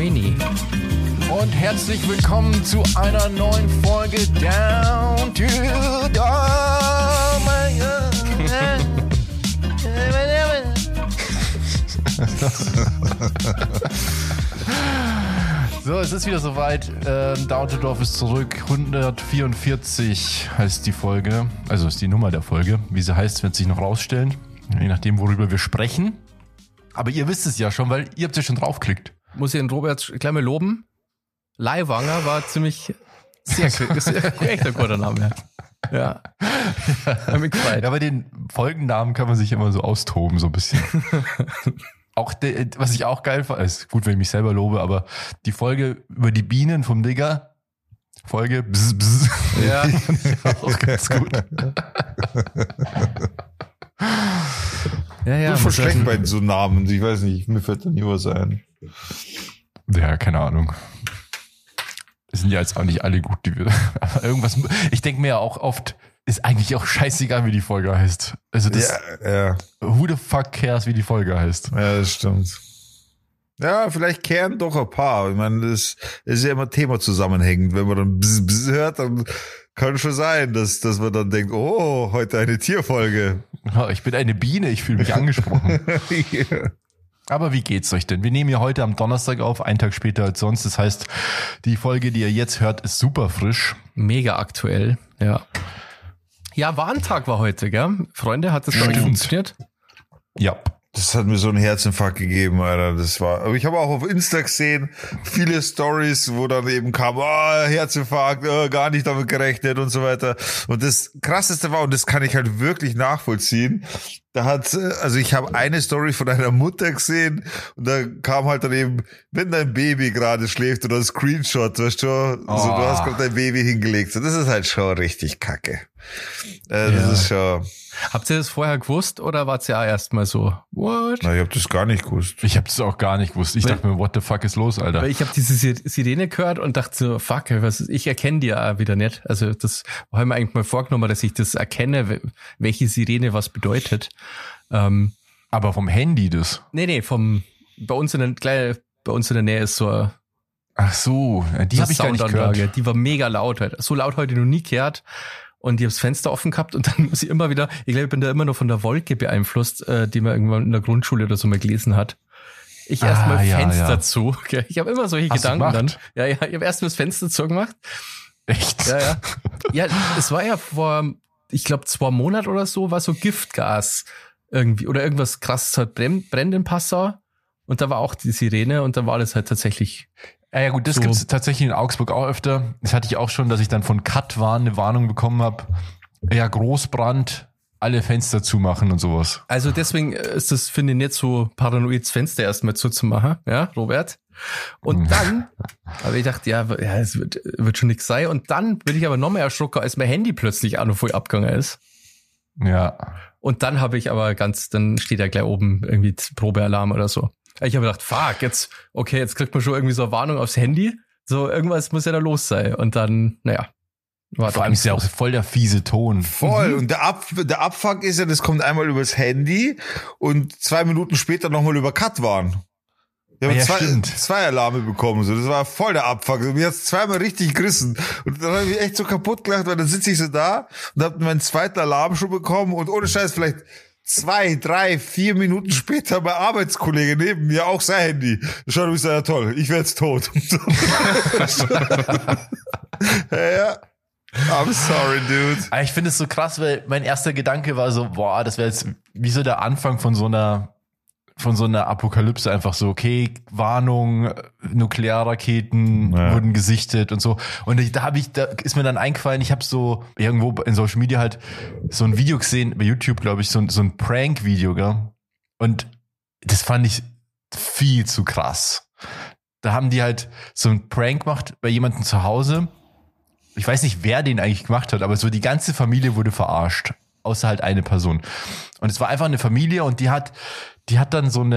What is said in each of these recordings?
Moini. Und herzlich willkommen zu einer neuen Folge Down to So, es ist wieder soweit. Down to Dorf ist zurück. 144 heißt die Folge. Also ist die Nummer der Folge. Wie sie heißt, wird sich noch rausstellen. Je nachdem, worüber wir sprechen. Aber ihr wisst es ja schon, weil ihr habt ja schon draufgeklickt. Muss ich den Robert gleich mal loben. Leihwanger war ziemlich sehr ist echt ein guter Name. Ja. Hab mich gefreut. Ja, bei den Folgennamen kann man sich immer so austoben, so ein bisschen. Auch was ich auch geil fand, ist gut, wenn ich mich selber lobe, aber die Folge über die Bienen vom Digger, Folge bzz, bzz, ja, die fand ich auch ganz gut. Ja, Ich bin schlecht bei so Namen. Ich weiß nicht, mir fällt da nie was ein. Ja, keine Ahnung. Es sind ja jetzt auch nicht alle gut, die wir. Aber irgendwas. Ich denke mir ja auch oft, ist eigentlich auch scheißegal, wie die Folge heißt. Also das. Ja. Who the fuck cares, wie die Folge heißt? Ja, das stimmt. Ja, vielleicht kehren doch ein paar. Ich meine, das ist ja immer Thema zusammenhängend. Wenn man dann bzz, bzz hört, dann kann schon sein, dass man dann denkt, oh, heute eine Tierfolge. Ja, ich bin eine Biene, ich fühle mich angesprochen. Ja. Aber wie geht's euch denn? Wir nehmen ja heute am Donnerstag auf, einen Tag später als sonst. Das heißt, die Folge, die ihr jetzt hört, ist super frisch. Mega aktuell, ja. Ja, Warntag war heute, gell? Freunde, hat das bei euch funktioniert? Ja. Das hat mir so einen Herzinfarkt gegeben, Alter. Aber ich habe auch auf Insta gesehen, viele Stories, wo dann eben kam, Herzinfarkt, gar nicht damit gerechnet und so weiter. Und das Krasseste war, und das kann ich halt wirklich nachvollziehen, ich habe eine Story von einer Mutter gesehen und da kam halt dann eben, wenn dein Baby gerade schläft oder ein Screenshot, weißt du, also du hast gerade dein Baby hingelegt. Das ist halt schon richtig kacke. Das ist schon... Habt ihr das vorher gewusst oder war es ja erstmal so, what? Na, ich hab das gar nicht gewusst. Ich habe das auch gar nicht gewusst. Ich dachte mir, what the fuck ist los, Alter? Weil ich habe diese Sirene gehört und dachte so, fuck, ich erkenne die ja wieder nicht. Also das habe ich mir eigentlich mal vorgenommen, dass ich das erkenne, welche Sirene was bedeutet. Aber vom Handy das? Nee, bei uns in der Nähe ist so eine Ach so, die habe ich gar nicht gehört. Die war mega laut halt. So laut heute noch nie gehört. Und ich habe das Fenster offen gehabt und dann muss ich immer wieder, ich glaube, ich bin da immer noch von der Wolke beeinflusst, die man irgendwann in der Grundschule oder so mal gelesen hat. Ich erstmal Fenster zu. Okay? Ich habe immer solche Gedanken dann. Ja, ich habe erstmal das Fenster zugemacht. Echt? Ja. Ja, es war ja vor, ich glaube, 2 Monaten oder so, war so Giftgas irgendwie oder irgendwas krasses halt brennt in Passau. Und da war auch die Sirene und da war das halt tatsächlich. Ja gut, das gibt's tatsächlich in Augsburg auch öfter. Das hatte ich auch schon, dass ich dann von Katwan eine Warnung bekommen habe. Ja, Großbrand, alle Fenster zumachen und sowas. Also deswegen ist das, finde ich, nicht so paranoid, das Fenster erstmal zuzumachen, ja, Robert. Und dann, aber ich dachte, es wird schon nichts sein. Und dann bin ich aber noch mehr erschrocken, als mein Handy plötzlich auch noch voll abgegangen ist. Ja. Und dann habe ich aber dann steht ja gleich oben irgendwie Probealarm oder so. Ich habe gedacht, fuck, jetzt kriegt man schon irgendwie so eine Warnung aufs Handy. So, irgendwas muss ja da los sein. Und dann, war vor allem ist ja auch voll der fiese Ton. Voll. Und der Abfuck ist ja, das kommt einmal übers Handy und 2 Minuten später nochmal über Katwan. Wir haben zwei Alarme bekommen. So. Das war voll der Abfuck. Mir hat's zweimal richtig gerissen. Und dann habe ich echt so kaputt gelacht, weil dann sitze ich so da und habe meinen zweiten Alarm schon bekommen und ohne Scheiß vielleicht 2, 3, 4 Minuten später mein Arbeitskollege neben mir auch sein Handy. Schaut mich so, ja toll, ich werde jetzt tot. Ja. I'm sorry, dude. Ich finde es so krass, weil mein erster Gedanke war so, das wäre jetzt wie so der Anfang von so einer Apokalypse, einfach so, okay, Warnung, Nuklearraketen wurden gesichtet und so. Und da ist mir dann eingefallen, ich habe so irgendwo in Social Media halt so ein Video gesehen, bei YouTube, glaube ich, so ein Prank-Video, gell? Und das fand ich viel zu krass. Da haben die halt so ein Prank gemacht bei jemandem zu Hause. Ich weiß nicht, wer den eigentlich gemacht hat, aber so die ganze Familie wurde verarscht. Außer halt eine Person. Und es war einfach eine Familie und die hat dann so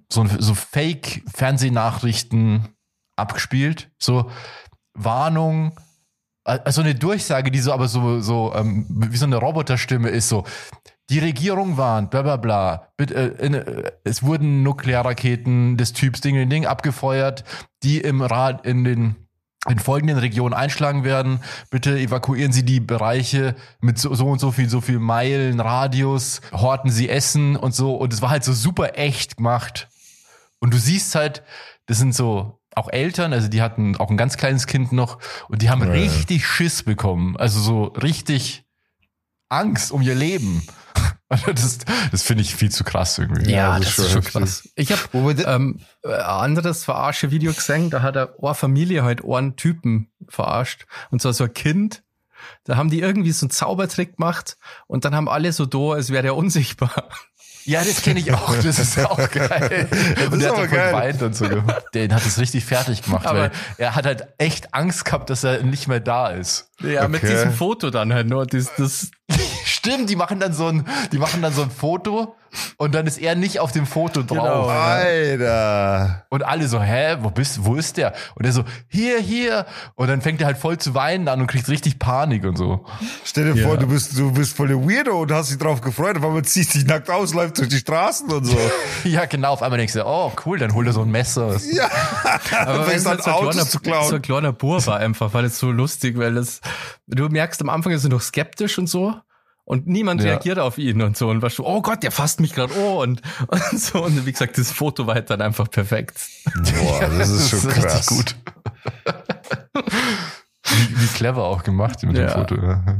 Fake-Fernsehnachrichten abgespielt. So Warnung, also eine Durchsage, die so aber so wie so eine Roboterstimme ist, so die Regierung warnt, bla bla bla. Es wurden Nuklearraketen des Typs Ding abgefeuert, die in folgenden Regionen einschlagen werden. Bitte evakuieren Sie die Bereiche mit so und so viel Meilen Radius, horten Sie Essen und so. Und es war halt so super echt gemacht. Und du siehst halt, das sind so auch Eltern, also die hatten auch ein ganz kleines Kind noch und die haben richtig Schiss bekommen. Also so richtig Angst um ihr Leben. Das finde ich viel zu krass irgendwie. Ja, das ist schon krass. Ich habe ein anderes Verarsche-Video gesehen, da hat eine Familie halt einen Typen verarscht. Und zwar so ein Kind. Da haben die irgendwie so einen Zaubertrick gemacht und dann haben alle so da, als wäre er unsichtbar. Ja, das kenne ich auch. Das ist auch geil. Und der hat dann geweint und so. Den hat es richtig fertig gemacht, aber weil er hat halt echt Angst gehabt, dass er nicht mehr da ist. Ja, mit diesem Foto dann halt nur. Das Stimmt, die machen dann so ein Foto und dann ist er nicht auf dem Foto drauf. Genau. Alter. Und alle so, wo ist der? Und er so, hier. Und dann fängt er halt voll zu weinen an und kriegt richtig Panik und so. Stell dir vor, du bist voll der Weirdo und hast dich drauf gefreut, aber man zieht sich nackt aus, läuft durch die Straßen und so. Ja, genau. Auf einmal denkst du, oh cool, dann holt er so ein Messer. Ja. Aber wenn es halt so ein kleiner Bur war einfach, weil es so lustig, weil du merkst, am Anfang ist er noch skeptisch und so. Und niemand reagiert auf ihn und so. Und war schon, oh Gott, der fasst mich gerade, und so. Und wie gesagt, das Foto war halt dann einfach perfekt. Boah, das ist schon krass. Gut. wie clever auch gemacht mit dem Foto.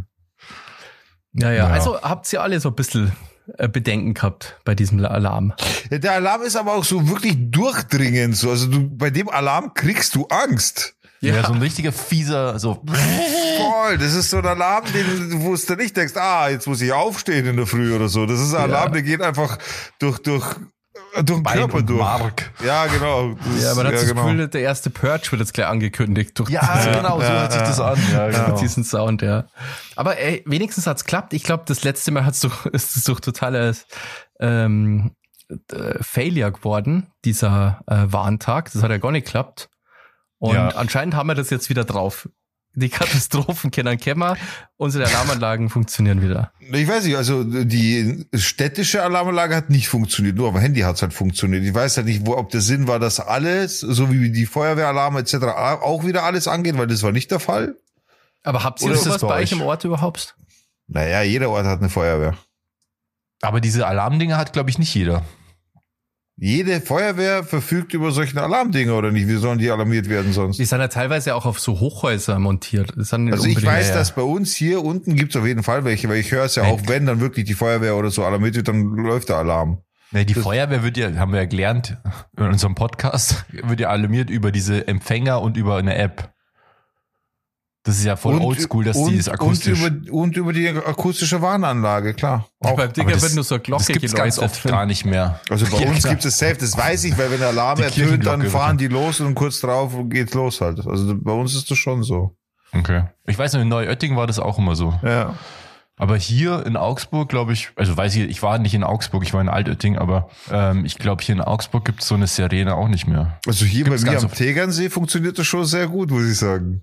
Ja. Also habt ihr alle so ein bisschen Bedenken gehabt bei diesem Alarm. Ja, der Alarm ist aber auch so wirklich durchdringend. So. Also bei dem Alarm kriegst du Angst. Ja, so ein richtiger fieser, so. Voll, das ist so ein Alarm, wo du nicht denkst, jetzt muss ich aufstehen in der Früh oder so. Das ist ein Alarm, der geht einfach durch den Körper durch. Mark. Ja, genau. Man hat das Gefühl, der erste Purge wird jetzt gleich angekündigt. Genau, so hört sich das an. Ja, genau. Diesen Sound, ja. Aber wenigstens hat's geklappt. Ich glaube, das letzte Mal ist es doch totales Failure geworden, dieser Warntag. Das hat ja gar nicht geklappt. Und anscheinend haben wir das jetzt wieder drauf. Die Katastrophen können wir, unsere Alarmanlagen funktionieren wieder. Ich weiß nicht, also die städtische Alarmanlage hat nicht funktioniert, nur auf dem Handy hat's halt funktioniert. Ich weiß halt nicht, ob der Sinn war, dass alles, so wie die Feuerwehralarme etc. auch wieder alles angeht, weil das war nicht der Fall. Aber habt ihr sowas bei euch im Ort überhaupt? Naja, jeder Ort hat eine Feuerwehr. Aber diese Alarmdinger hat, glaube ich, nicht jeder. Jede Feuerwehr verfügt über solche Alarmdinger, oder nicht? Wie sollen die alarmiert werden sonst? Die sind ja teilweise auch auf so Hochhäuser montiert. Also ich weiß, dass bei uns hier unten gibt's auf jeden Fall welche, weil ich höre es ja auch, wenn dann wirklich die Feuerwehr oder so alarmiert wird, dann läuft der Alarm. Ja, die Feuerwehr haben wir ja gelernt in unserem Podcast, wird ja alarmiert über diese Empfänger und über eine App. Das ist ja voll oldschool, dass die das akustisch... Und über die akustische Warnanlage, klar. Auch. Beim Dinger wird nur so eine Glocke geläutet. Das gibt's ganz oft gar nicht mehr. Also bei uns gibt es safe, das weiß ich, weil wenn der Alarm ertönt, dann fahren die los und kurz drauf geht's los halt. Also bei uns ist das schon so. Okay. Ich weiß noch, in Neuötting war das auch immer so. Ja. Aber hier in Augsburg, glaube ich, also weiß ich war nicht in Augsburg, ich war in Altötting, aber ich glaube, hier in Augsburg gibt's so eine Sirene auch nicht mehr. Also hier bei mir am Tegernsee funktioniert das schon sehr gut, muss ich sagen.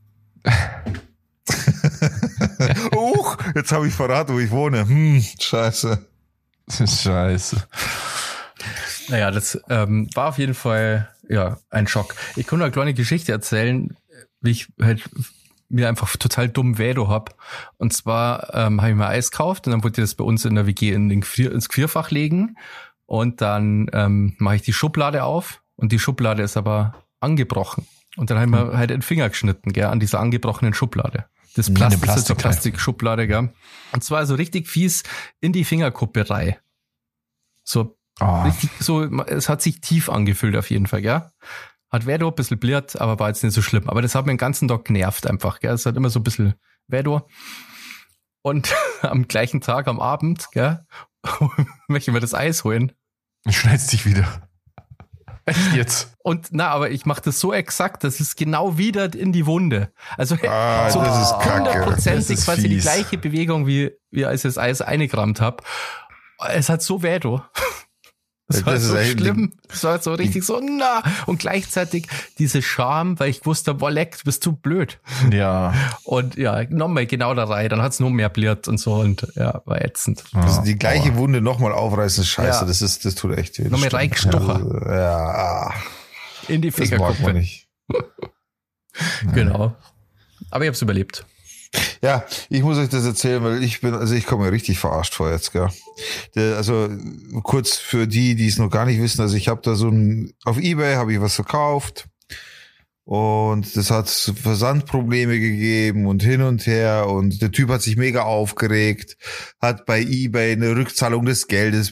Jetzt habe ich verraten, wo ich wohne. Scheiße. Scheiße. Naja, das war auf jeden Fall ein Schock. Ich kann nur eine kleine Geschichte erzählen, wie ich halt mir einfach total dumm Vedo hab. Und zwar habe ich mir Eis gekauft und dann wollte ich das bei uns in der WG ins Gefrierfach legen. Und dann mache ich die Schublade auf und die Schublade ist aber angebrochen. Und dann haben wir halt den Finger geschnitten, gell, an dieser angebrochenen Schublade. Das Plastik ist die Plastikschublade, gell. Und zwar so richtig fies in die Fingerkuppe rein. So, richtig, so, es hat sich tief angefühlt auf jeden Fall, gell. Hat Vedo ein bisschen blöd, aber war jetzt nicht so schlimm. Aber das hat mir den ganzen Tag genervt einfach, gell. Es hat immer so ein bisschen Vedo. Und am gleichen Tag, am Abend, gell, möchte ich mir das Eis holen. Schneidest dich wieder. Echt jetzt? Und aber ich mache das so exakt, das ist genau wieder in die Wunde. Also so das ist 100%ig quasi die gleiche Bewegung, wie als ich das Eis eingerammt habe. Es hat so Vedo. Das war so schlimm. Das war so richtig so, na. Und gleichzeitig diese Scham, weil ich wusste, boah, leck, du bist zu blöd. Ja. Und ja, nochmal genau da rein. Dann hat's nur mehr bliert und so und ja, war ätzend. Also die gleiche Wunde nochmal aufreißen, ist scheiße. Ja. Das tut echt weh. Nochmal reingestochen. Ja. In die Das mag man Fingerkuppe. nicht. Genau. Aber ich hab's überlebt. Ja, ich muss euch das erzählen, weil ich komme mir richtig verarscht vor jetzt, gell. Also kurz für die es noch gar nicht wissen, also ich habe da auf eBay habe ich was verkauft und das hat Versandprobleme gegeben und hin und her und der Typ hat sich mega aufgeregt, hat bei eBay eine Rückzahlung des Geldes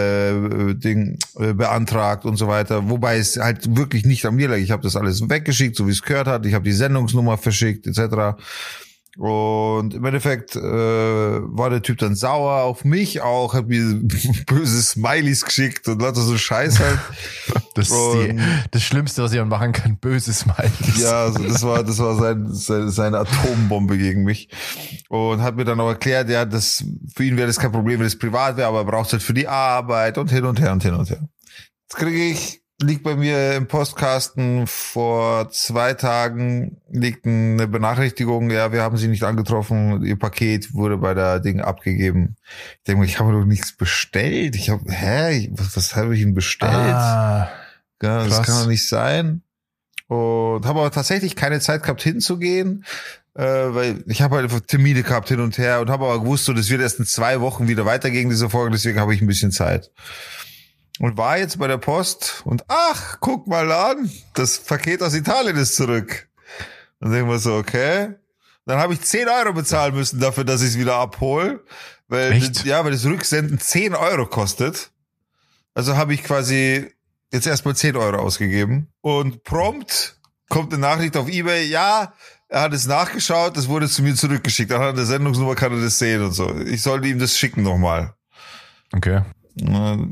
beantragt und so weiter, wobei es halt wirklich nicht an mir lag. Ich habe das alles weggeschickt, so wie es gehört hat, ich habe die Sendungsnummer verschickt etc. Und im Endeffekt war der Typ dann sauer auf mich auch, hat mir böse Smileys geschickt und lauter so Scheiß halt. Das ist das Schlimmste, was jemand machen kann, böse Smileys. Ja, also das war seine Atombombe gegen mich. Und hat mir dann auch erklärt, ja, für ihn wäre das kein Problem, wenn es privat wäre, aber er braucht es halt für die Arbeit und hin und her und hin und her. Jetzt liegt bei mir im Postkasten vor 2 Tagen liegt eine Benachrichtigung, ja, wir haben sie nicht angetroffen, ihr Paket wurde bei der Ding abgegeben. Ich denke mal, ich habe doch nichts bestellt. Was habe ich denn bestellt? Ja, das kann doch nicht sein. Und habe aber tatsächlich keine Zeit gehabt hinzugehen, weil ich habe halt einfach Termine gehabt hin und her und habe aber gewusst, so, das wird erst in 2 Wochen wieder weitergehen, diese Folge, deswegen habe ich ein bisschen Zeit. Und war jetzt bei der Post und ach, guck mal an, das Paket aus Italien ist zurück. Dann denken wir so, okay. Dann habe ich 10 Euro bezahlen müssen dafür, dass ich es wieder abhole. Weil das Rücksenden 10 Euro kostet. Also habe ich quasi jetzt erstmal 10 Euro ausgegeben. Und prompt kommt eine Nachricht auf eBay, ja, er hat es nachgeschaut, das wurde zu mir zurückgeschickt. Dann hat er eine Sendungsnummer, kann er das sehen und so. Ich sollte ihm das schicken nochmal. Okay. Nein.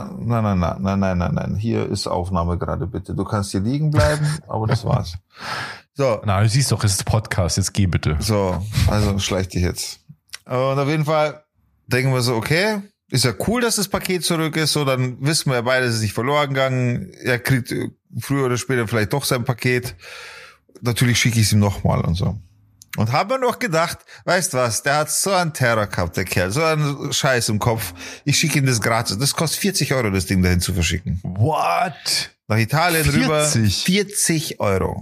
Hier ist Aufnahme gerade, bitte. Du kannst hier liegen bleiben, aber das war's. So. Na, du siehst doch, es ist Podcast, jetzt geh bitte. So, also schleich dich jetzt. Und auf jeden Fall denken wir so, okay, ist ja cool, dass das Paket zurück ist, so, dann wissen wir ja beide, es ist nicht verloren gegangen. Er kriegt früher oder später vielleicht doch sein Paket. Natürlich schicke ich es ihm nochmal und so. Und haben wir noch gedacht, weißt was, der hat so einen Terror gehabt, der Kerl, so einen Scheiß im Kopf. Ich schicke ihm das gratis. Das kostet 40 Euro, das Ding dahin zu verschicken. What? Nach Italien 40? rüber, 40 Euro.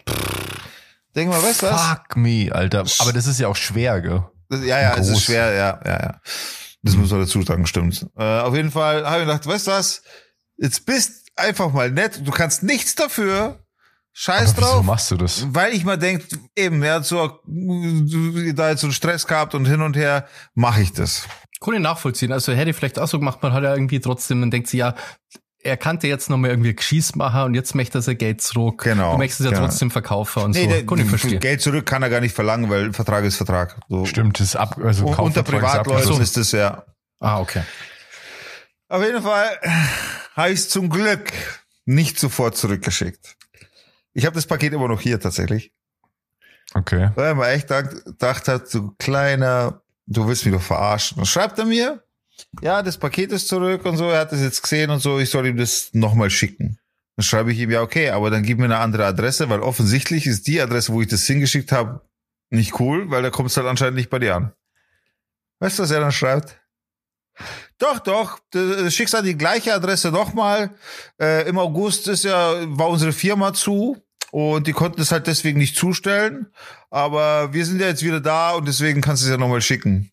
Denk mal, weißt du was? Fuck me, Alter. Aber das ist ja auch schwer, gell? Ja, es ist schwer, ja. Das muss man dazu sagen, stimmt. Auf jeden Fall habe ich gedacht, weißt du was, jetzt bist einfach mal nett, du kannst nichts dafür. Scheiß drauf. Wieso machst du das? Weil ich mal denk, eben, er hat so da jetzt so einen Stress gehabt und hin und her, mache ich das. Kann ich nachvollziehen. Also hätte ich vielleicht auch so gemacht, man hat ja irgendwie trotzdem, man denkt sich, ja, er kannte jetzt noch mal irgendwie Geschieß machen und jetzt möchte er sein Geld zurück. Genau. Du möchtest es ja trotzdem verkaufen und so. Kann ich verstehen. Geld zurück kann er gar nicht verlangen, weil Vertrag ist Vertrag. So. Stimmt, das ist unter Privatleuten ist das ja. Ah, okay. Auf jeden Fall habe ich es zum Glück nicht sofort zurückgeschickt. Ich habe das Paket immer noch hier tatsächlich. Okay. Weil man echt gedacht hat, du kleiner, du willst mich doch verarschen. Dann schreibt er mir, ja, das Paket ist zurück und so, er hat das jetzt gesehen und so, ich soll ihm das nochmal schicken. Dann schreibe ich ihm, ja, okay, aber dann gib mir eine andere Adresse, weil offensichtlich ist die Adresse, wo ich das hingeschickt habe, nicht cool, weil da kommt es halt anscheinend nicht bei dir an. Weißt du, was er dann schreibt? Doch, du schickst an die gleiche Adresse nochmal. Im August war unsere Firma zu und die konnten es halt deswegen nicht zustellen. Aber wir sind ja jetzt wieder da und deswegen kannst du es ja nochmal schicken.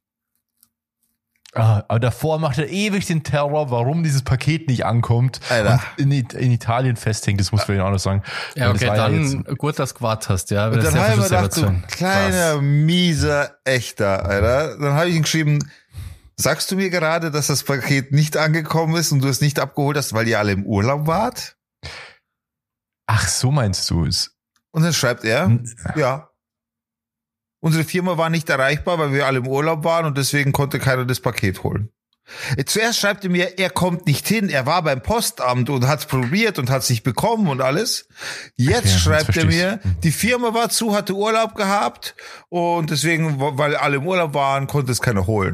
Aber davor macht er ewig den Terror, warum dieses Paket nicht ankommt. Alter. Und in Italien festhängt, das muss man ja auch noch sagen. Ja, okay, dann gut, dass du gewartet hast, ja. Und dann habe ich mir gedacht, du kleiner, mieser Echter, Alter. Dann habe ich ihm geschrieben, sagst du mir gerade, dass das Paket nicht angekommen ist und du es nicht abgeholt hast, weil ihr alle im Urlaub wart? Ach, so meinst du es? Und dann schreibt er, ja. Unsere Firma war nicht erreichbar, weil wir alle im Urlaub waren und deswegen konnte keiner das Paket holen. Zuerst schreibt er mir, er kommt nicht hin, er war beim Postamt und hat es probiert und hat es nicht bekommen und alles. Jetzt schreibt er mir, die Firma war zu, hatte Urlaub gehabt und deswegen, weil alle im Urlaub waren, konnte es keiner holen.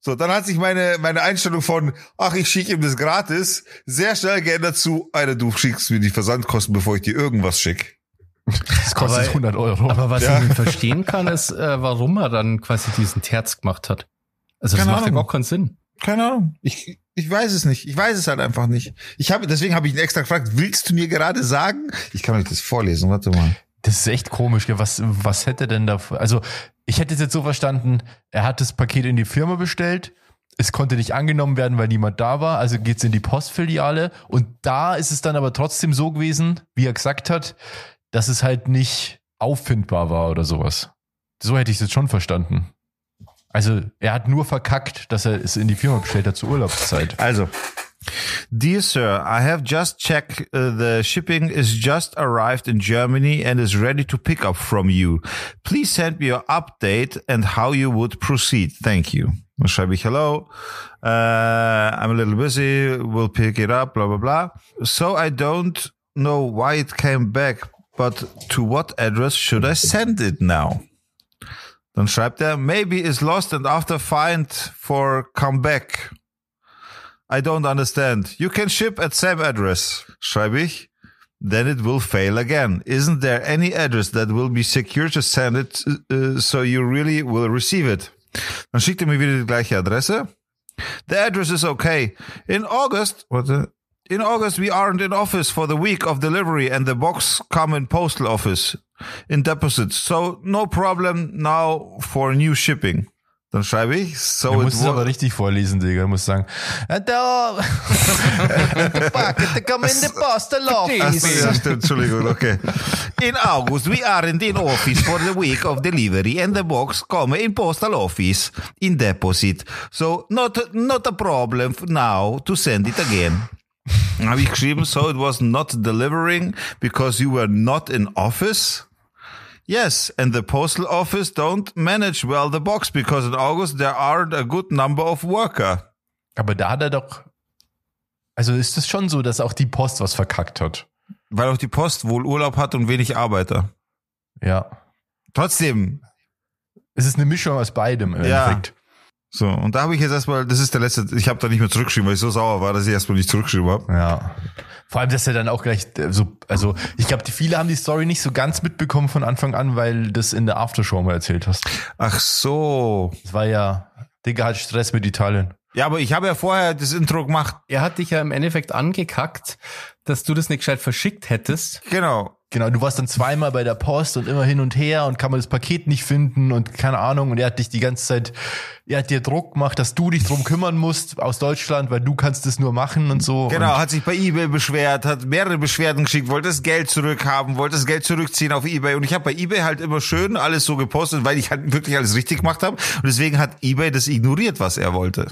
So, dann hat sich meine Einstellung von, ach, ich schicke ihm das gratis, sehr schnell geändert zu, Alter, du schickst mir die Versandkosten, bevor ich dir irgendwas schicke. Das kostet 100 Euro. Aber was ich nicht verstehen kann, ist, warum er dann quasi diesen Terz gemacht hat. Also das macht ja gar keinen Sinn. Keine Ahnung. Ich weiß es nicht. Ich weiß es halt einfach nicht. Deswegen habe ich ihn extra gefragt, willst du mir gerade sagen? Ich kann euch das vorlesen, warte mal. Das ist echt komisch, gell? Was hätte denn da, also ich hätte es jetzt so verstanden, er hat das Paket in die Firma bestellt, es konnte nicht angenommen werden, weil niemand da war, also geht's in die Postfiliale und da ist es dann aber trotzdem so gewesen, wie er gesagt hat, dass es halt nicht auffindbar war oder sowas. So hätte ich es jetzt schon verstanden. Also er hat nur verkackt, dass er es in die Firma bestellt hat zur Urlaubszeit. Also, Dear Sir, I have just checked the shipping is just arrived in Germany and is ready to pick up from you. Please send me your update and how you would proceed. Thank you. Dann schreibe ich hello. I'm a little busy. We'll pick it up. Blah, blah, blah. So I don't know why it came back, but to what address should I send it now? Dann schreibt er, maybe it's lost and after find for come back. I don't understand. You can ship at same address. Schreibe ich. Then it will fail again. Isn't there any address that will be secure to send it so you really will receive it? Dann schickt er mir wieder die gleiche Adresse. The address is okay. In August we aren't in office for the week of delivery and the box come in postal office in deposit. So no problem now for new shipping. Dann schreibe ich, so du musst es aber richtig vorlesen, Digga. Du musst sagen, the come in the postal office. Ja, stimmt, Entschuldigung, okay. In August, we aren't in office for the week of delivery and the box come in postal office in deposit. So not a problem now to send it again. Habe ich geschrieben, so it was not delivering because you were not in office? Yes, and the postal office don't manage well the box because in August there aren't a good number of worker. Aber da hat er doch, also ist es schon so, dass auch die Post was verkackt hat? Weil auch die Post wohl Urlaub hat und wenig Arbeiter. Ja. Trotzdem. Es ist eine Mischung aus beidem im Endeffekt. So, und da habe ich jetzt erstmal, das ist der letzte, ich habe da nicht mehr zurückgeschrieben, weil ich so sauer war, dass ich erstmal nicht zurückgeschrieben habe. Ja. Vor allem, dass er dann auch gleich so, also ich glaube, viele haben die Story nicht so ganz mitbekommen von Anfang an, weil das in der Aftershow mal erzählt hast. Ach so. Das war ja, Digga hat Stress mit Italien. Ja, aber ich habe ja vorher das Intro gemacht. Er hat dich ja im Endeffekt angekackt, dass du das nicht gescheit verschickt hättest. Genau, du warst dann zweimal bei der Post und immer hin und her und kann man das Paket nicht finden und keine Ahnung. Und er hat dich die ganze Zeit, er hat dir Druck gemacht, dass du dich drum kümmern musst aus Deutschland, weil du kannst es nur machen und so. Genau, und hat sich bei eBay beschwert, hat mehrere Beschwerden geschickt, wollte das Geld zurückhaben, wollte das Geld zurückziehen auf eBay. Und ich habe bei eBay halt immer schön alles so gepostet, weil ich halt wirklich alles richtig gemacht habe. Und deswegen hat eBay das ignoriert, was er wollte.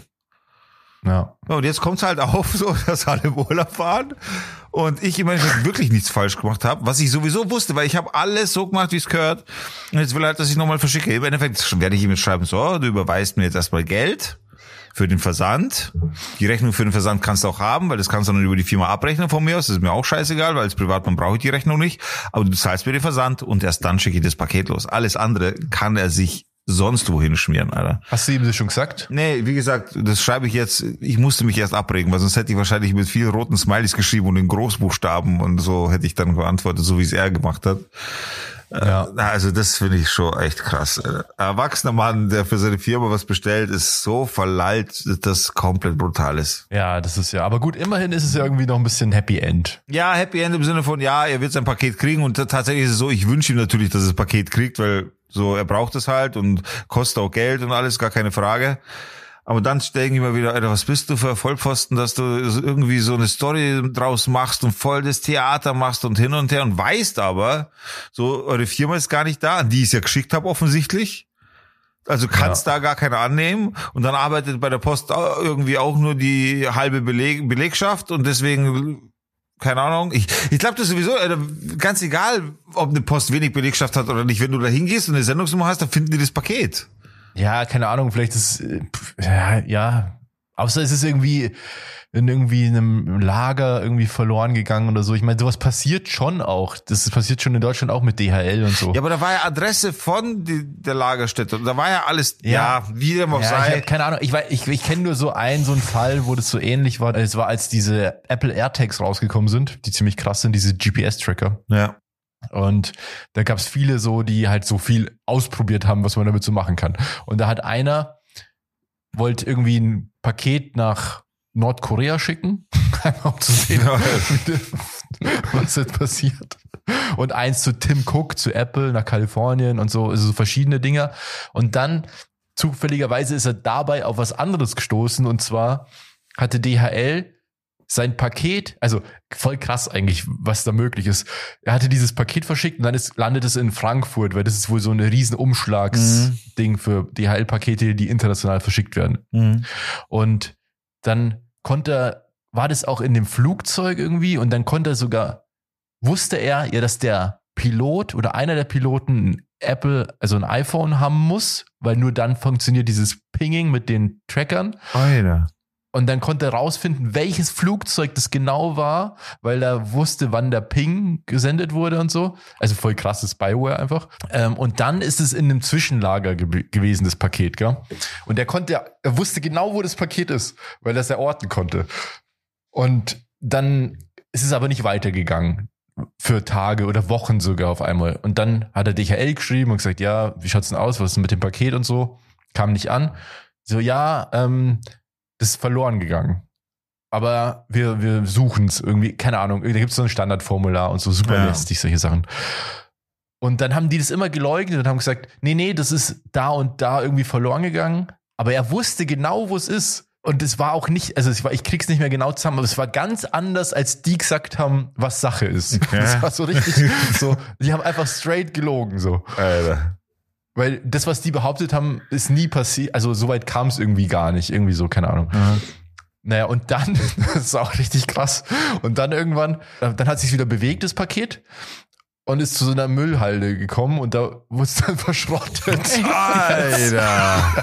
Ja. Und jetzt kommt's halt auf, so, dass alle im Urlaub waren und ich im Endeffekt wirklich nichts falsch gemacht habe, was ich sowieso wusste, weil ich habe alles so gemacht, wie es gehört. Und jetzt will er halt, dass ich nochmal verschicke. Im Endeffekt werde ich ihm jetzt schreiben, so, du überweist mir jetzt erstmal Geld für den Versand. Die Rechnung für den Versand kannst du auch haben, weil das kannst du dann über die Firma abrechnen von mir aus. Das ist mir auch scheißegal, weil als Privatmann brauche ich die Rechnung nicht. Aber du zahlst mir den Versand und erst dann schicke ich das Paket los. Alles andere kann er sich sonst wohin schmieren, Alter. Hast du ihm das schon gesagt? Nee, wie gesagt, das schreibe ich jetzt, ich musste mich erst abregen, weil sonst hätte ich wahrscheinlich mit vielen roten Smileys geschrieben und in Großbuchstaben und so hätte ich dann geantwortet, so wie es er gemacht hat. Ja. Also das finde ich schon echt krass. Ein erwachsener Mann, der für seine Firma was bestellt, ist so verlallt, dass das komplett brutal ist. Ja, das ist ja, aber gut, immerhin ist es ja irgendwie noch ein bisschen Happy End. Ja, Happy End im Sinne von, ja, er wird sein Paket kriegen und tatsächlich ist es so, ich wünsche ihm natürlich, dass er das Paket kriegt, weil so, er braucht es halt und kostet auch Geld und alles, gar keine Frage. Aber dann denke ich mal wieder, Alter, was bist du für ein Vollpfosten, dass du irgendwie so eine Story draus machst und voll das Theater machst und hin und her und weißt aber, so, eure Firma ist gar nicht da, an die ich es ja geschickt habe offensichtlich. Also kannst da gar keiner annehmen und dann arbeitet bei der Post irgendwie auch nur die halbe Belegschaft und deswegen... Keine Ahnung. Ich glaube das sowieso, ganz egal, ob eine Post wenig Belegschaft hat oder nicht. Wenn du da hingehst und eine Sendungsnummer hast, dann finden die das Paket. Ja, keine Ahnung, vielleicht ist, ja, außer es ist irgendwie in irgendwie einem Lager irgendwie verloren gegangen oder so. Ich meine, sowas passiert schon auch. Das passiert schon in Deutschland auch mit DHL und so. Ja, aber da war ja Adresse von der Lagerstätte. Da war ja alles, wie dem auch sei. Ich habe keine Ahnung. Ich kenne nur so einen Fall, wo das so ähnlich war. Es war, als diese Apple AirTags rausgekommen sind, die ziemlich krass sind, diese GPS-Tracker. Ja. Und da gab es viele so, die halt so viel ausprobiert haben, was man damit so machen kann. Und da hat einer, wollte irgendwie ein Paket nach Nordkorea schicken, einfach um zu sehen, was jetzt passiert. Und eins zu Tim Cook, zu Apple, nach Kalifornien und so, also so verschiedene Dinger. Und dann, zufälligerweise ist er dabei auf was anderes gestoßen, und zwar hatte DHL sein Paket, also voll krass eigentlich, was da möglich ist. Er hatte dieses Paket verschickt und dann landet es in Frankfurt, weil das ist wohl so ein riesen Umschlagsding für DHL-Pakete, die international verschickt werden. Und dann war das auch in dem Flugzeug irgendwie, und dann wusste er ja, dass der Pilot oder einer der Piloten also ein iPhone haben muss, weil nur dann funktioniert dieses Pinging mit den Trackern. Alter. Und dann konnte er rausfinden, welches Flugzeug das genau war, weil er wusste, wann der Ping gesendet wurde und so. Also voll krasses Spyware einfach. Und dann ist es in einem Zwischenlager gewesen, das Paket, gell? Und er wusste genau, wo das Paket ist, weil er es erorten konnte. Und dann ist es aber nicht weitergegangen. Für Tage oder Wochen sogar auf einmal. Und dann hat er DHL geschrieben und gesagt, ja, wie schaut's denn aus? Was ist denn mit dem Paket und so? Kam nicht an. So, ja, das ist verloren gegangen. Aber wir suchen es irgendwie, keine Ahnung, da gibt es so ein Standardformular und so, super lästig, solche Sachen. Und dann haben die das immer geleugnet und haben gesagt, nee, das ist da und da irgendwie verloren gegangen. Aber er wusste genau, wo es ist. Und es war auch nicht, ich krieg's nicht mehr genau zusammen, aber es war ganz anders, als die gesagt haben, was Sache ist. Okay. Das war so richtig, so, die haben einfach straight gelogen, so. Alter. Weil das, was die behauptet haben, ist nie passiert. Also so weit kam es irgendwie gar nicht. Irgendwie so, keine Ahnung. Naja, und dann, das ist auch richtig krass. Und dann irgendwann, dann hat sich wieder bewegt, das Paket. Und ist zu so einer Müllhalde gekommen und da wurde es dann verschrottet. Alter.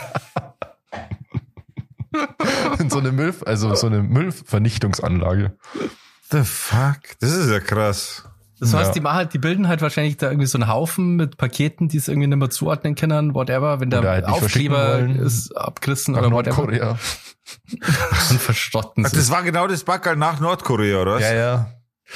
In so eine Müllvernichtungsanlage. The fuck? Das ist ja krass. Das heißt, die bilden halt wahrscheinlich da irgendwie so einen Haufen mit Paketen, die es irgendwie nicht mehr zuordnen können, whatever, wenn der halt Aufkleber ist abgerissen oder whatever. Und verschrotten. Das war genau das Backerl nach Nordkorea, oder was? Ja.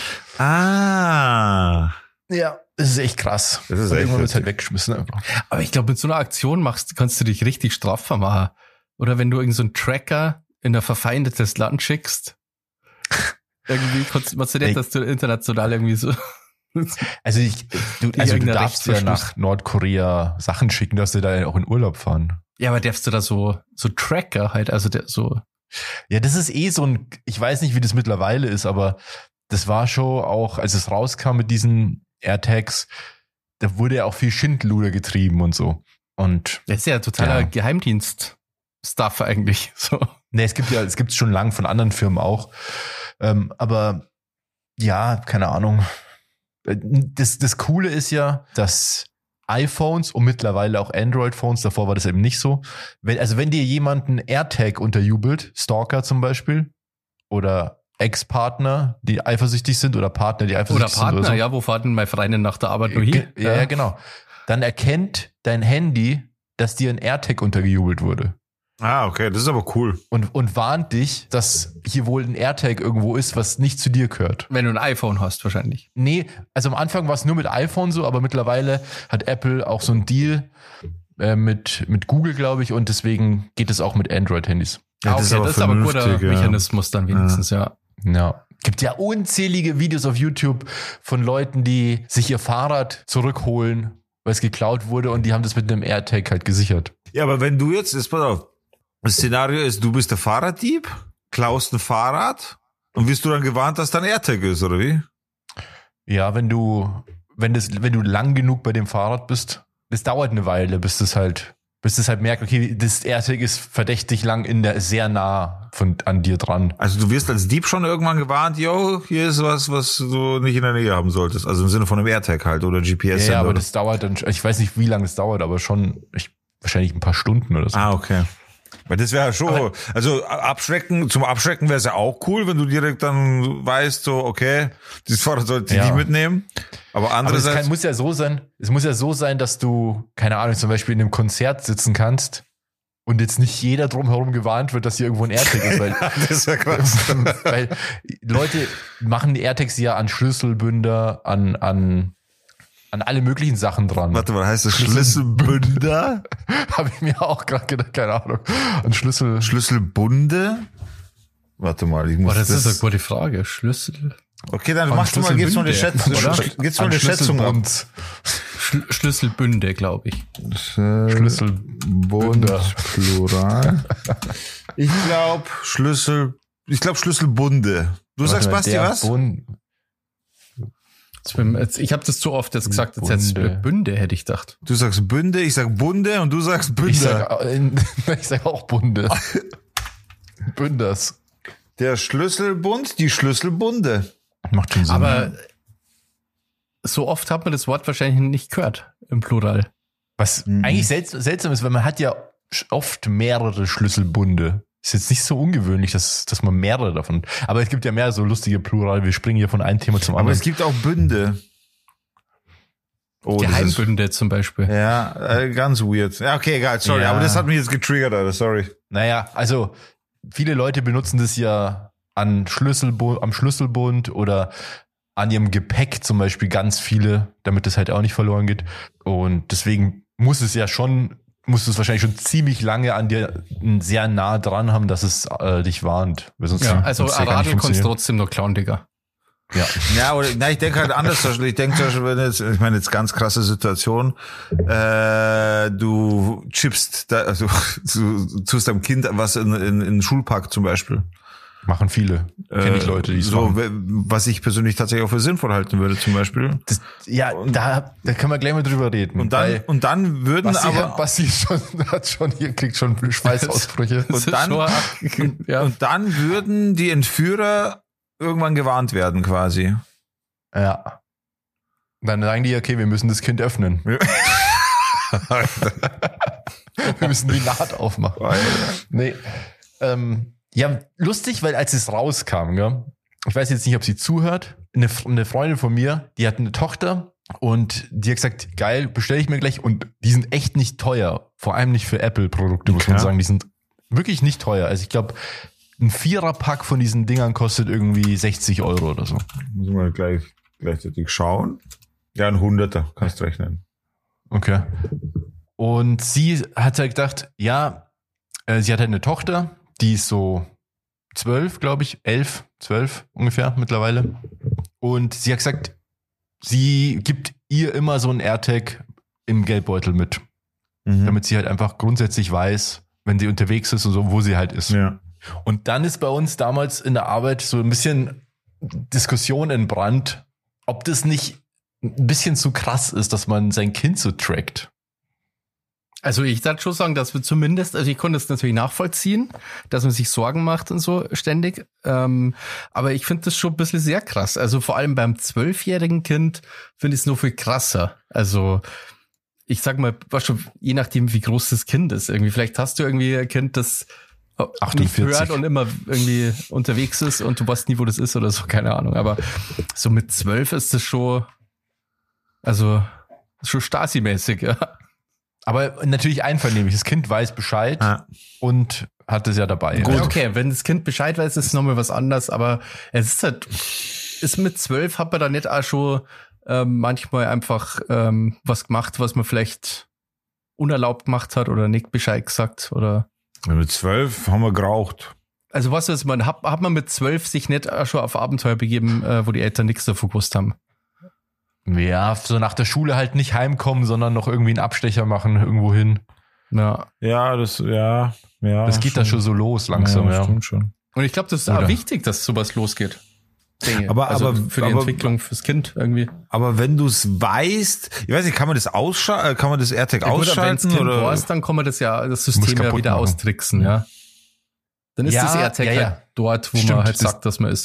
Ja, das ist echt krass. Das ist echt irgendwann wird halt weggeschmissen einfach. Aber ich glaube, mit so einer Aktion kannst du dich richtig strafbar machen. Oder wenn du irgend so einen Tracker in ein verfeindetes Land schickst. Irgendwie machst du nicht, dass du international irgendwie so. Also du darfst ja nach Nordkorea Sachen schicken, dass du da auch in Urlaub fahren. Ja, aber darfst du da so Tracker halt, also so. Ja, das ist so ich weiß nicht, wie das mittlerweile ist, aber das war schon auch, als es rauskam mit diesen AirTags, da wurde ja auch viel Schindluder getrieben und so. Und das ist ja totaler Geheimdienst-Stuff eigentlich, so. Ne, es gibt's schon lang von anderen Firmen auch. Aber ja, keine Ahnung. Das Coole ist ja, dass iPhones und mittlerweile auch Android-Phones, davor war das eben nicht so. Wenn dir jemand einen AirTag unterjubelt, Stalker zum Beispiel, oder Ex-Partner, die eifersüchtig sind, oder Partner, die eifersüchtig sind. Oder Partner, wo fahren meine Freunde nach der Arbeit nur hin? Ja, genau. Dann erkennt dein Handy, dass dir ein AirTag untergejubelt wurde. Ah, okay, das ist aber cool. Und warnt dich, dass hier wohl ein AirTag irgendwo ist, was nicht zu dir gehört. Wenn du ein iPhone hast, wahrscheinlich. Nee, also am Anfang war es nur mit iPhone so, aber mittlerweile hat Apple auch so einen Deal mit Google, glaube ich, und deswegen geht es auch mit Android-Handys. Ja, okay, das ist aber ein guter Mechanismus dann wenigstens, ja. Gibt ja unzählige Videos auf YouTube von Leuten, die sich ihr Fahrrad zurückholen, weil es geklaut wurde, und die haben das mit einem AirTag halt gesichert. Ja, aber wenn du jetzt, pass auf, das Szenario ist, du bist der Fahrraddieb, klaust ein Fahrrad und wirst du dann gewarnt, dass dein AirTag ist, oder wie? Ja, wenn du lang genug bei dem Fahrrad bist, das dauert eine Weile, bis es halt merkt, okay, das AirTag ist verdächtig lang sehr nah an dir dran. Also du wirst als Dieb schon irgendwann gewarnt, hier ist was du nicht in der Nähe haben solltest. Also im Sinne von einem AirTag halt oder GPS. Ja, aber das dauert dann, ich weiß nicht, wie lange es dauert, aber schon wahrscheinlich ein paar Stunden oder so. Ah, okay. Weil das wäre ja schon, also zum Abschrecken wäre es ja auch cool, wenn du direkt dann weißt, so, okay, dieses Fahrrad sollte ich nicht mitnehmen. Aber andererseits. Es muss ja so sein, dass du, keine Ahnung, zum Beispiel in einem Konzert sitzen kannst und jetzt nicht jeder drumherum gewarnt wird, dass hier irgendwo ein AirTag ist, weil, das ist ja krass. weil Leute machen die AirTags ja an Schlüsselbünder, an alle möglichen Sachen dran. Warte mal, heißt das Schlüsselbünder? Habe ich mir auch gerade gedacht, keine Ahnung. An Schlüsselbunde? Warte mal, ich muss das ist eine gute Frage. Schlüssel. Okay, dann machst du mal, geht's mal eine Schätzung ab. Schlüsselbünde, glaube ich. Schlüsselbund, Plural. Ich glaube Schlüsselbunde. Du sagst, Basti, was? Ich habe das zu oft jetzt gesagt, jetzt Bünde hätte ich gedacht. Du sagst Bünde, ich sag Bunde und du sagst Bünde. Ich sag auch Bunde. Bünders. Der Schlüsselbund, die Schlüsselbunde. Macht schon Sinn. Aber so oft hat man das Wort wahrscheinlich nicht gehört im Plural. Was eigentlich seltsam ist, weil man hat ja oft mehrere Schlüsselbunde. Ist jetzt nicht so ungewöhnlich, dass man mehrere davon. Aber es gibt ja mehr so lustige Plural. Wir springen hier von einem Thema zum anderen. Aber es gibt auch Bünde. Oh, Geheimbünde zum Beispiel. Ja, ganz weird. Ja, okay, egal, sorry. Ja. Aber das hat mich jetzt getriggert, Alter, sorry. Naja, also viele Leute benutzen das ja am Schlüsselbund oder an ihrem Gepäck zum Beispiel ganz viele, damit das halt auch nicht verloren geht. Und deswegen muss es wahrscheinlich schon ziemlich lange an dir sehr nah dran haben, dass es dich warnt. Also Radio kannst du trotzdem noch klauen, Digga. Ja, ich denke halt anders. Ich denke zum Beispiel, ich meine jetzt ganz krasse Situation, du chippst, also du tust deinem Kind was in den Schulpark zum Beispiel. Machen viele. Kenne ich Leute, die so machen. Was ich persönlich tatsächlich auch für sinnvoll halten würde, zum Beispiel. Da können wir gleich mal drüber reden. Und dann würden Basti kriegt schon Schweißausbrüche. Und dann würden die Entführer irgendwann gewarnt werden, quasi. Ja. Dann sagen die, okay, wir müssen das Kind öffnen. Wir müssen die Naht aufmachen. Nee. Ja, lustig, weil als es rauskam, ich weiß jetzt nicht, ob sie zuhört, eine Freundin von mir, die hat eine Tochter und die hat gesagt, geil, bestelle ich mir gleich und die sind echt nicht teuer, vor allem nicht für Apple-Produkte, muss man sagen, die sind wirklich nicht teuer. Also ich glaube, ein 4er-Pack von diesen Dingern kostet irgendwie 60 € oder so. Müssen wir gleichzeitig schauen. Ja, ein 100er, kannst du rechnen. Okay. Und sie hat halt gedacht, sie hat halt eine Tochter, die ist so 12, glaube ich, 11, 12 ungefähr mittlerweile. Und sie hat gesagt, sie gibt ihr immer so einen AirTag im Geldbeutel mit. Damit sie halt einfach grundsätzlich weiß, wenn sie unterwegs ist und so, wo sie halt ist. Ja. Und dann ist bei uns damals in der Arbeit so ein bisschen Diskussion entbrannt, ob das nicht ein bisschen zu krass ist, dass man sein Kind so trackt. Also ich würde schon sagen, dass wir zumindest, also ich konnte es natürlich nachvollziehen, dass man sich Sorgen macht und so ständig. Aber ich finde das schon ein bisschen sehr krass. Also vor allem beim 12-jährigen Kind finde ich es noch viel krasser. Also ich sag mal, je nachdem, wie groß das Kind ist. Irgendwie, vielleicht hast du irgendwie ein Kind, das 48. nicht hört und immer irgendwie unterwegs ist und du weißt nie, wo das ist oder so, keine Ahnung. Aber so mit 12 ist das schon, also schon Stasi-mäßig, ja. Aber natürlich einvernehmlich. Das Kind weiß Bescheid und hat es ja dabei. Gut, okay, wenn das Kind Bescheid weiß, ist es nochmal was anderes, aber es ist halt, mit 12 hat man da nicht auch schon manchmal einfach was gemacht, was man vielleicht unerlaubt gemacht hat oder nicht Bescheid gesagt oder. Ja, mit 12 haben wir geraucht. Also was man, hat man mit 12 sich nicht auch schon auf Abenteuer begeben, wo die Eltern nichts davon gewusst haben? Ja, so nach der Schule halt nicht heimkommen, sondern noch irgendwie einen Abstecher machen, irgendwo hin. Ja, das geht da schon so los langsam, ja. Stimmt schon. Und ich glaube, das ist auch wichtig, dass sowas losgeht. Aber für die Entwicklung fürs Kind irgendwie. Aber wenn du es weißt, ich weiß nicht, kann man das ausschalten, kann man das AirTag ausschalten? Wenn es weiß, dann kann man das System ja wieder austricksen, ja. Dann ist das AirTag halt dort, wo man halt sagt, dass man ist.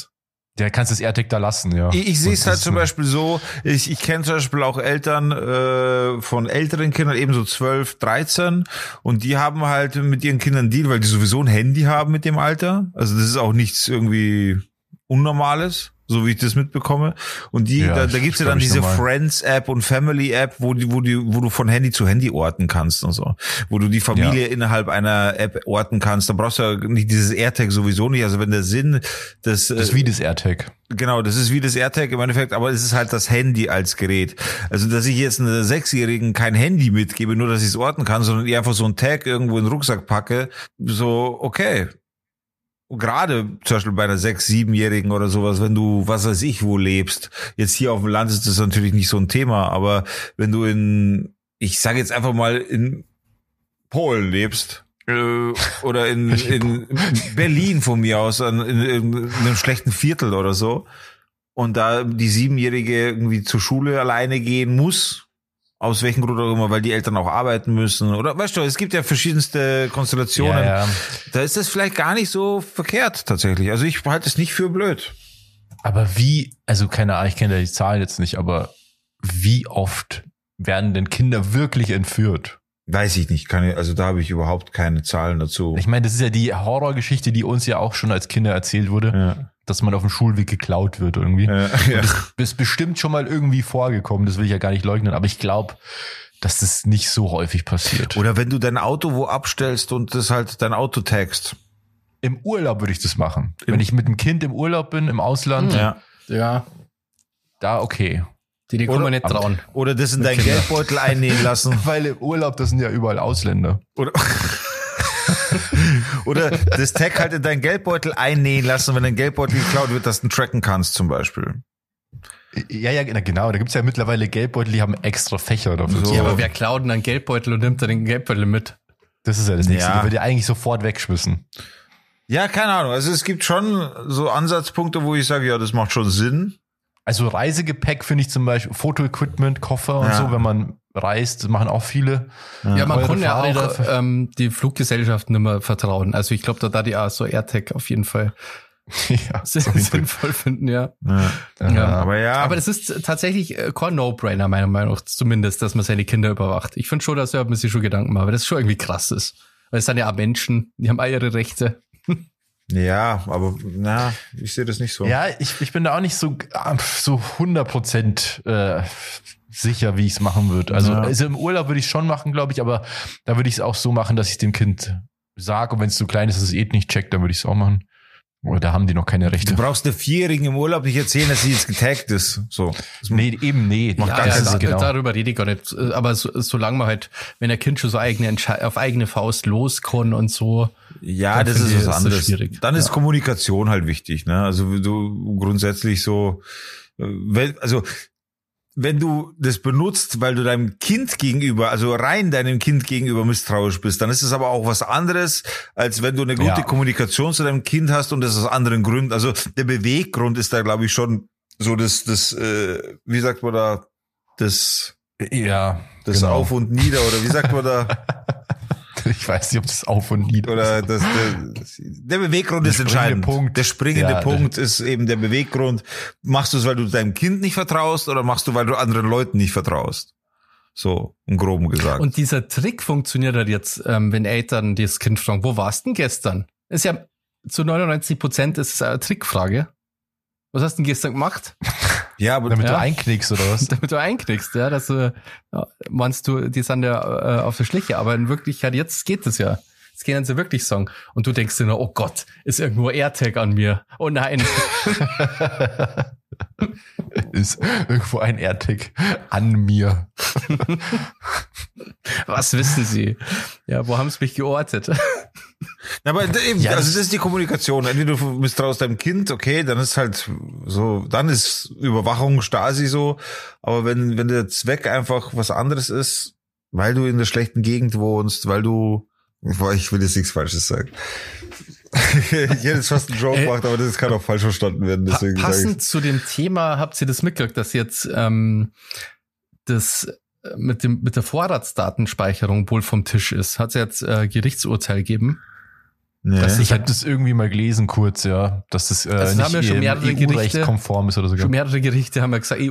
Der kannst das AirTag da lassen, ja. Ich sehe es halt zum Beispiel so, ich kenne zum Beispiel auch Eltern von älteren Kindern, eben so 12, 13 und die haben halt mit ihren Kindern einen Deal, weil die sowieso ein Handy haben mit dem Alter. Also das ist auch nichts irgendwie Unnormales, so wie ich das mitbekomme. Und da gibt's ja dann diese Friends-App und Family-App, wo du von Handy zu Handy orten kannst und so. Wo du die Familie innerhalb einer App orten kannst. Da brauchst du ja nicht dieses AirTag sowieso nicht. Also wenn der Sinn das ist wie das AirTag. Genau, das ist wie das AirTag im Endeffekt, aber es ist halt das Handy als Gerät. Also, dass ich jetzt einer 6-Jährigen kein Handy mitgebe, nur dass ich es orten kann, sondern ihr einfach so einen Tag irgendwo in den Rucksack packe, so, okay. Gerade zum Beispiel bei einer 6-, 7-Jährigen oder sowas, wenn du, was weiß ich, wo lebst. Jetzt hier auf dem Land ist das natürlich nicht so ein Thema, aber wenn du ich sage jetzt einfach mal in Polen lebst, oder in Berlin von mir aus, in einem schlechten Viertel oder so, und da die 7-Jährige irgendwie zur Schule alleine gehen muss, aus welchem Grund auch immer, weil die Eltern auch arbeiten müssen, oder weißt du, es gibt ja verschiedenste Konstellationen. Ja. Da ist das vielleicht gar nicht so verkehrt tatsächlich. Also ich halte es nicht für blöd. Aber also keine Ahnung, ich kenne ja die Zahlen jetzt nicht, aber wie oft werden denn Kinder wirklich entführt? Weiß ich nicht, also da habe ich überhaupt keine Zahlen dazu. Ich meine, das ist ja die Horrorgeschichte, die uns ja auch schon als Kinder erzählt wurde, dass man auf dem Schulweg geklaut wird irgendwie. Das ist bestimmt schon mal irgendwie vorgekommen, das will ich ja gar nicht leugnen, aber ich glaube, dass das nicht so häufig passiert. Oder wenn du dein Auto wo abstellst und das halt dein Auto tagst. Im Urlaub würde ich das machen. Wenn ich mit dem Kind im Urlaub bin, im Ausland, da okay. Die kann man nicht trauen. Oder das in deinen Geldbeutel einnähen lassen. Weil im Urlaub, das sind ja überall Ausländer. Oder das Tag halt in deinen Geldbeutel einnähen lassen, wenn dein Geldbeutel geklaut wird, dass du ihn tracken kannst zum Beispiel. Ja, genau. Da gibt's ja mittlerweile Geldbeutel, die haben extra Fächer dafür. So. Ja, aber wer klaut denn einen Geldbeutel und nimmt dann den Geldbeutel mit? Das ist ja das Nächste. Der wird ja eigentlich sofort weggeschmissen. Ja, keine Ahnung. Also es gibt schon so Ansatzpunkte, wo ich sage, ja, das macht schon Sinn. Also Reisegepäck finde ich zum Beispiel, Fotoequipment, Koffer und so, wenn man reist, das machen auch viele. Ja, man kann ja auch die Fluggesellschaften immer vertrauen. Also ich glaube, da die auch so AirTag auf jeden Fall sinnvoll finden, ja. Aber das ist tatsächlich kein No-Brainer, meiner Meinung nach zumindest, dass man seine Kinder überwacht. Ich finde schon, dass man sich schon Gedanken macht, weil das schon irgendwie krass ist. Weil es sind ja auch Menschen, die haben auch ihre Rechte. Ja, aber ich sehe das nicht so. Ja, ich bin da auch nicht so 100% sicher, wie ich es machen würde. Also im Urlaub würde ich es schon machen, glaube ich, aber da würde ich es auch so machen, dass ich dem Kind sage, und wenn es so klein ist, dass es nicht checkt, dann würde ich es auch machen. Oder da haben die noch keine Rechte. Du brauchst der 4-Jährigen im Urlaub nicht erzählen, dass sie jetzt getaggt ist. So. Nee. Macht gar keinen Sinn. Genau. Darüber rede ich gar nicht. Aber solange man halt, wenn ein Kind schon so auf eigene Faust los kann und so. Ja, das ist was anderes. Dann ist Kommunikation halt wichtig, ne? Also du grundsätzlich so, wenn du das benutzt, weil du deinem Kind gegenüber, also rein deinem Kind gegenüber misstrauisch bist, dann ist es aber auch was anderes, als wenn du eine gute Kommunikation zu deinem Kind hast und das aus anderen Gründen. Also der Beweggrund ist da, glaube ich, schon so das wie sagt man da, das Auf und Nieder, oder wie sagt man da? Ich weiß nicht, ob das Auf und Nieder oder der Beweggrund ist entscheidend. Der springende Punkt ist eben der Beweggrund. Machst du es, weil du deinem Kind nicht vertraust, oder machst du, weil du anderen Leuten nicht vertraust? So, im Groben gesagt. Und dieser Trick funktioniert halt jetzt, wenn Eltern das Kind fragen, wo warst du denn gestern? Ist ja zu 99% ist es eine Trickfrage. Was hast du denn gestern gemacht? Ja, aber damit du einknickst, oder was? Damit du einknickst, ja, dass du meinst du, die sind ja auf der Schliche, aber in Wirklichkeit, jetzt geht es ja. Jetzt können sie wirklich sagen. Und du denkst dir nur, oh Gott, ist irgendwo AirTag an mir. Oh nein. Ist irgendwo ein AirTag an mir. Was wissen Sie? Ja, wo haben sie mich geortet? Aber eben, also das ist die Kommunikation. Entweder du misstraust deinem Kind, okay, dann ist halt so, dann ist Überwachung, Stasi so. Aber wenn der Zweck einfach was anderes ist, weil du in der schlechten Gegend wohnst, weil du, ich will jetzt nichts Falsches sagen. Ich hätte jetzt fast einen Joke gemacht, aber das kann auch falsch verstanden werden. Deswegen passend zu dem Thema, habt ihr das mitgekriegt, dass jetzt das mit der Vorratsdatenspeicherung wohl vom Tisch ist? Hat es jetzt Gerichtsurteil gegeben? Nee. Ich habe das irgendwie mal gelesen kurz, ja, dass das nicht haben ja schon mehrere Gerichte konform ist oder sogar. Schon mehrere Gerichte haben ja gesagt,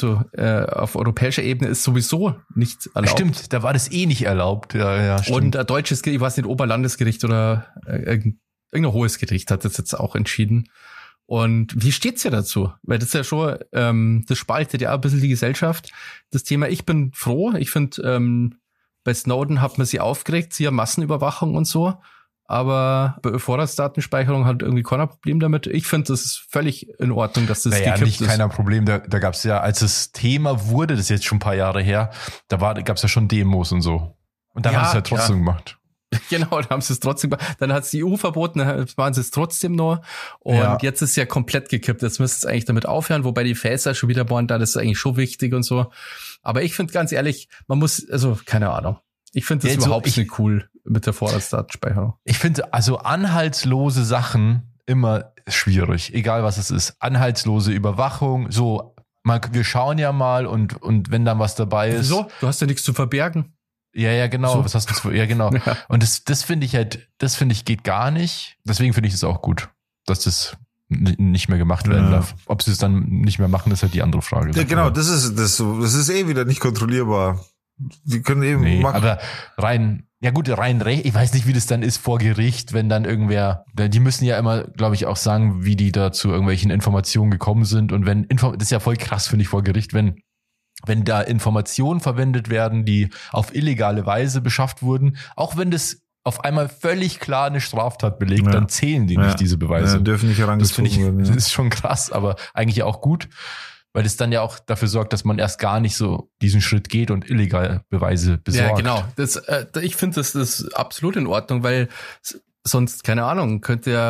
auf europäischer Ebene ist sowieso nicht erlaubt. Stimmt, da war das nicht erlaubt. Ja, stimmt. Und ein deutsches Gericht, ich weiß nicht, Oberlandesgericht oder irgendein hohes Gericht hat das jetzt auch entschieden. Und wie steht's ja dazu? Weil das ist ja schon, das spaltet ja auch ein bisschen die Gesellschaft. Das Thema, ich bin froh. Ich finde, bei Snowden hat man sie aufgeregt, sie haben Massenüberwachung und so. Aber bei Vorratsdatenspeicherung hat irgendwie keiner Problem damit. Ich finde, das ist völlig in Ordnung, dass das gekippt nicht ist. Keiner Problem. Da gab es ja, als das Thema wurde, das ist jetzt schon ein paar Jahre her, gab es ja schon Demos und so. Und dann haben sie es ja trotzdem gemacht. Genau, dann haben sie es trotzdem gemacht. Dann hat es die EU verboten, dann waren sie es trotzdem noch. Und jetzt ist es ja komplett gekippt. Jetzt müsste es eigentlich damit aufhören, wobei die Fässer schon wieder bohren, da das ist eigentlich schon wichtig und so. Aber ich finde ganz ehrlich, man muss, also keine Ahnung. Ich finde das überhaupt nicht cool mit der Vorratsdatenspeicherung. Ich finde also anhaltslose Sachen immer schwierig, egal was es ist. Anhaltslose Überwachung, so, wir schauen ja mal und wenn dann was dabei ist. So, du hast ja nichts zu verbergen. Ja, genau. So. Was hast du zu, ja, genau. Ja. Und das finde ich geht gar nicht. Deswegen finde ich es auch gut, dass das nicht mehr gemacht werden darf. Ob sie es dann nicht mehr machen, ist halt die andere Frage. Ja, genau, das ist wieder nicht kontrollierbar. Die können eben machen. Aber rein recht, ich weiß nicht, wie das dann ist vor Gericht, wenn dann irgendwer, die müssen ja immer, glaube ich, auch sagen, wie die da zu irgendwelchen Informationen gekommen sind. Und das ist ja voll krass, finde ich, vor Gericht, wenn da Informationen verwendet werden, die auf illegale Weise beschafft wurden, auch wenn das auf einmal völlig klar eine Straftat belegt, dann zählen die nicht, diese Beweise. Ja, dürfen nicht herangezogen werden. Das ist schon krass, aber eigentlich auch gut. Weil das dann ja auch dafür sorgt, dass man erst gar nicht so diesen Schritt geht und illegal Beweise besorgt. Ja, genau. Ich finde, das ist absolut in Ordnung, weil sonst, keine Ahnung,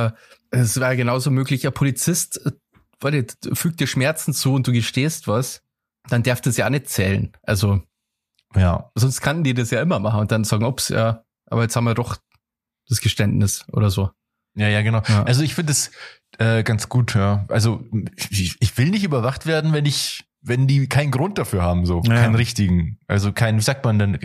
es wäre genauso möglich, ein Polizist fügt dir Schmerzen zu und du gestehst was, dann darf das ja auch nicht zählen. Also, sonst kann die das ja immer machen und dann sagen, ups, ja, aber jetzt haben wir doch das Geständnis oder so. Ja, genau. Ja. Also ich finde es ganz gut, ja. Also ich will nicht überwacht werden, wenn die keinen Grund dafür haben, so keinen richtigen. Also wie sagt man denn,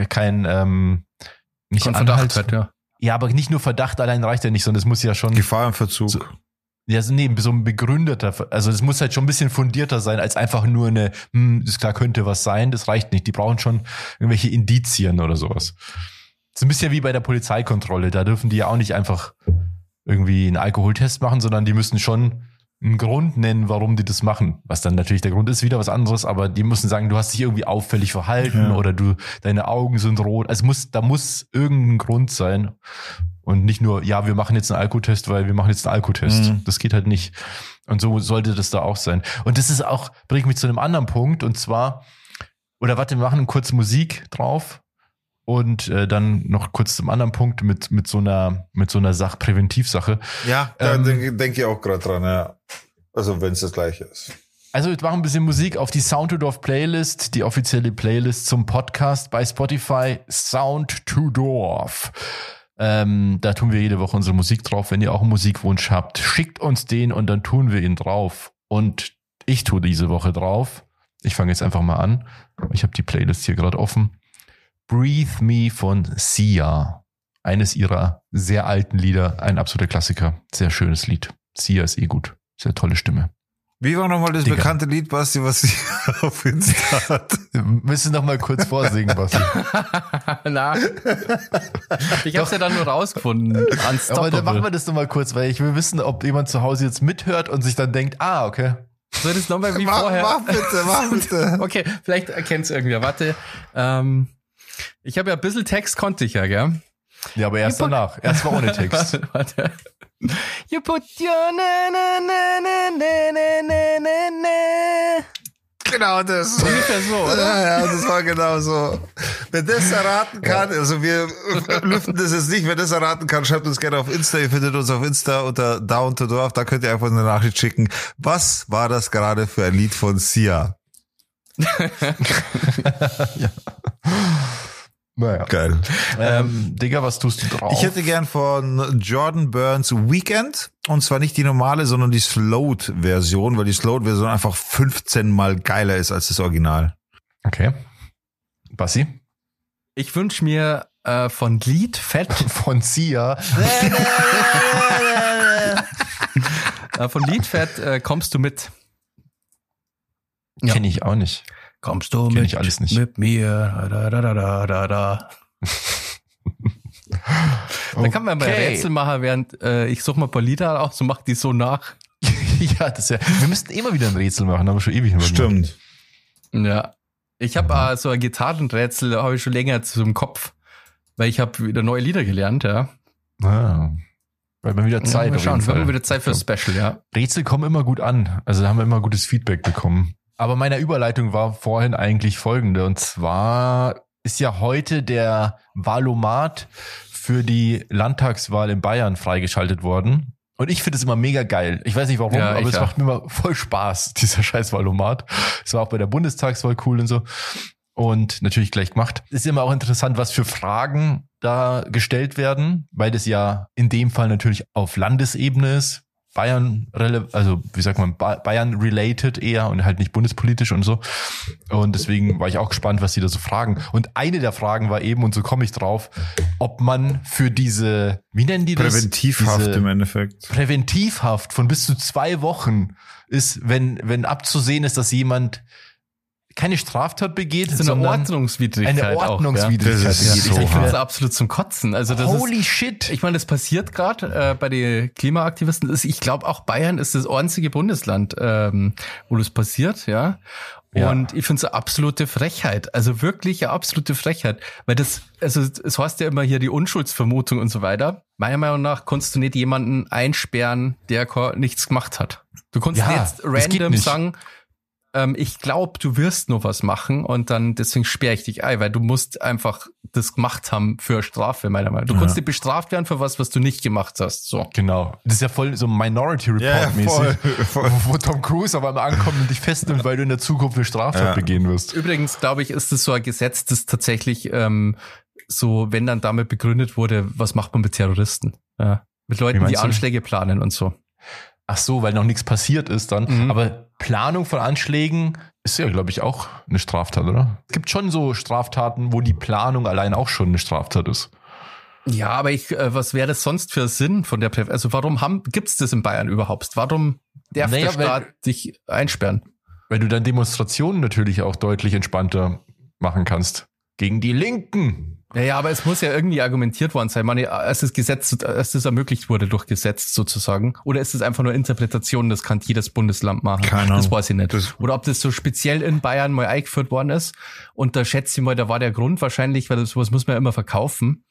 nicht Verdacht hat, ja. Ja, aber nicht nur Verdacht allein reicht ja nicht, sondern es muss ja schon Gefahr im Verzug. So ein begründeter, also es muss halt schon ein bisschen fundierter sein, als einfach nur ist klar, könnte was sein, das reicht nicht. Die brauchen schon irgendwelche Indizien oder sowas. Das ist ein bisschen wie bei der Polizeikontrolle, da dürfen die ja auch nicht einfach irgendwie einen Alkoholtest machen, sondern die müssen schon einen Grund nennen, warum die das machen. Was dann natürlich der Grund ist, wieder was anderes, aber die müssen sagen, du hast dich irgendwie auffällig verhalten oder deine Augen sind rot. Also da muss irgendein Grund sein und nicht nur, wir machen jetzt einen Alkotest, weil wir machen jetzt einen Alkotest. Das geht halt nicht. Und so sollte das da auch sein. Und das ist auch, bringt mich zu einem anderen Punkt und zwar, wir machen kurz Musik drauf. Und dann noch kurz zum anderen Punkt mit so einer Präventivsache. Ja, da denke ich auch gerade dran, ja. Also wenn es das Gleiche ist. Also wir machen ein bisschen Musik auf die Sound to Dorf Playlist, die offizielle Playlist zum Podcast bei Spotify, Sound to Dorf. Da tun wir jede Woche unsere Musik drauf. Wenn ihr auch einen Musikwunsch habt, schickt uns den und dann tun wir ihn drauf. Und ich tue diese Woche drauf. Ich fange jetzt einfach mal an. Ich habe die Playlist hier gerade offen. Breathe Me von Sia. Eines ihrer sehr alten Lieder. Ein absoluter Klassiker. Sehr schönes Lied. Sia ist gut. Sehr tolle Stimme. Wie war nochmal das bekannte Lied, Basti, was sie auf Insta hat? Müssen noch mal kurz vorsingen, Basti. Na, ich hab's ja dann nur rausgefunden. Aber dann machen wir das noch mal kurz, weil ich will wissen, ob jemand zu Hause jetzt mithört und sich dann denkt, okay. Soll das nochmal wie vorher? Mach bitte. Okay, vielleicht erkennt's irgendwer. Warte, ich habe ja ein bisschen Text, konnte ich ja, gell? Ja, aber erst danach. Erst mal ohne Text. Warte. You put your na. Genau das. Ungefähr so, oder? Ja, das war genau so. Wer das erraten kann, also wir lüften das jetzt nicht, wer das erraten kann, schreibt uns gerne auf Insta. Ihr findet uns auf Insta unter Down to Dorf. Da könnt ihr einfach eine Nachricht schicken. Was war das gerade für ein Lied von Sia? Ja. Naja. Geil. Digga, was tust du drauf? Ich hätte gern von Jordan Burns Weekend. Und zwar nicht die normale, sondern die Slowed-Version, weil die Slowed-Version einfach 15 Mal geiler ist als das Original. Okay. Bassi? Ich wünsche mir Von Liedfett. Von Sia. Von Liedfett kommst du mit. Ja. Kenne ich auch nicht. Kommst du Kenn ich alles nicht. Mit mir? Da. Da kann man mal Rätsel machen, während ich suche mal ein paar Lieder aus und mach die so nach. Ja, wir müssten immer wieder ein Rätsel machen, haben wir schon ewig nicht mehr gemacht. Stimmt. Ja. Ich habe so ein Gitarrenrätsel, habe ich schon länger im Kopf, weil ich habe wieder neue Lieder gelernt, ja. Weil man wieder Zeit mal schauen, wir haben wieder Zeit für ein Special, ja. Rätsel kommen immer gut an, also da haben wir immer gutes Feedback bekommen. Aber meine Überleitung war vorhin eigentlich folgende, und zwar ist ja heute der Wahlomat für die Landtagswahl in Bayern freigeschaltet worden. Und ich finde es immer mega geil. Ich weiß nicht warum, aber es macht mir immer voll Spaß, dieser scheiß Wahlomat. Es war auch bei der Bundestagswahl cool und so. Und natürlich gleich gemacht. Es ist immer auch interessant, was für Fragen da gestellt werden, weil das ja in dem Fall natürlich auf Landesebene ist. Bayern related eher und halt nicht bundespolitisch und so. Und deswegen war ich auch gespannt, was die da so fragen. Und eine der Fragen war eben, und so komme ich drauf, ob man für diese, wie nennen die das? Präventivhaft im Endeffekt. Präventivhaft von bis zu 2 Wochen ist, wenn abzusehen ist, dass jemand keine Straftat begeht, sondern eine Ordnungswidrigkeit. Eine Ordnungswidrigkeit begeht. Ich finde das absolut zum Kotzen. Also das Holy shit! Ich meine, das passiert gerade bei den Klimaaktivisten. Ich glaube, auch Bayern ist das einzige Bundesland, wo das passiert, ja. Und ich finde es eine absolute Frechheit. Also wirklich eine absolute Frechheit. Weil es heißt ja immer hier die Unschuldsvermutung und so weiter. Meiner Meinung nach kannst du nicht jemanden einsperren, der nichts gemacht hat. Du kannst jetzt random sagen, ich glaube, du wirst nur was machen und dann deswegen sperre ich dich ein, weil du musst einfach das gemacht haben für Strafe, meiner Meinung nach. Du kannst nicht bestraft werden für was du nicht gemacht hast. So. Genau. Das ist ja voll so Minority Report-mäßig, wo Tom Cruise auf einmal ankommt und dich festnimmt, weil du in der Zukunft eine Straftat begehen wirst. Übrigens, glaube ich, ist das so ein Gesetz, das tatsächlich so, wenn dann damit begründet wurde, was macht man mit Terroristen? Ja. Mit Leuten, die Anschläge planen und so. Ach so, weil noch nichts passiert ist dann. Mhm. Aber Planung von Anschlägen ist ja, glaube ich, auch eine Straftat, oder? Es gibt schon so Straftaten, wo die Planung allein auch schon eine Straftat ist. Ja, aber was wäre das sonst für Sinn von der Also warum gibt's das in Bayern überhaupt? Warum darf der Staat dich einsperren? Weil du dann Demonstrationen natürlich auch deutlich entspannter machen kannst. Gegen die Linken. Ja, aber es muss ja irgendwie argumentiert worden sein. Als das ermöglicht wurde durch Gesetz sozusagen. Oder ist es einfach nur Interpretation, das kann jedes Bundesland machen? Keine Ahnung. Das weiß ich nicht. Oder ob das so speziell in Bayern mal eingeführt worden ist. Und da schätze ich mal, da war der Grund wahrscheinlich, weil sowas muss man ja immer verkaufen.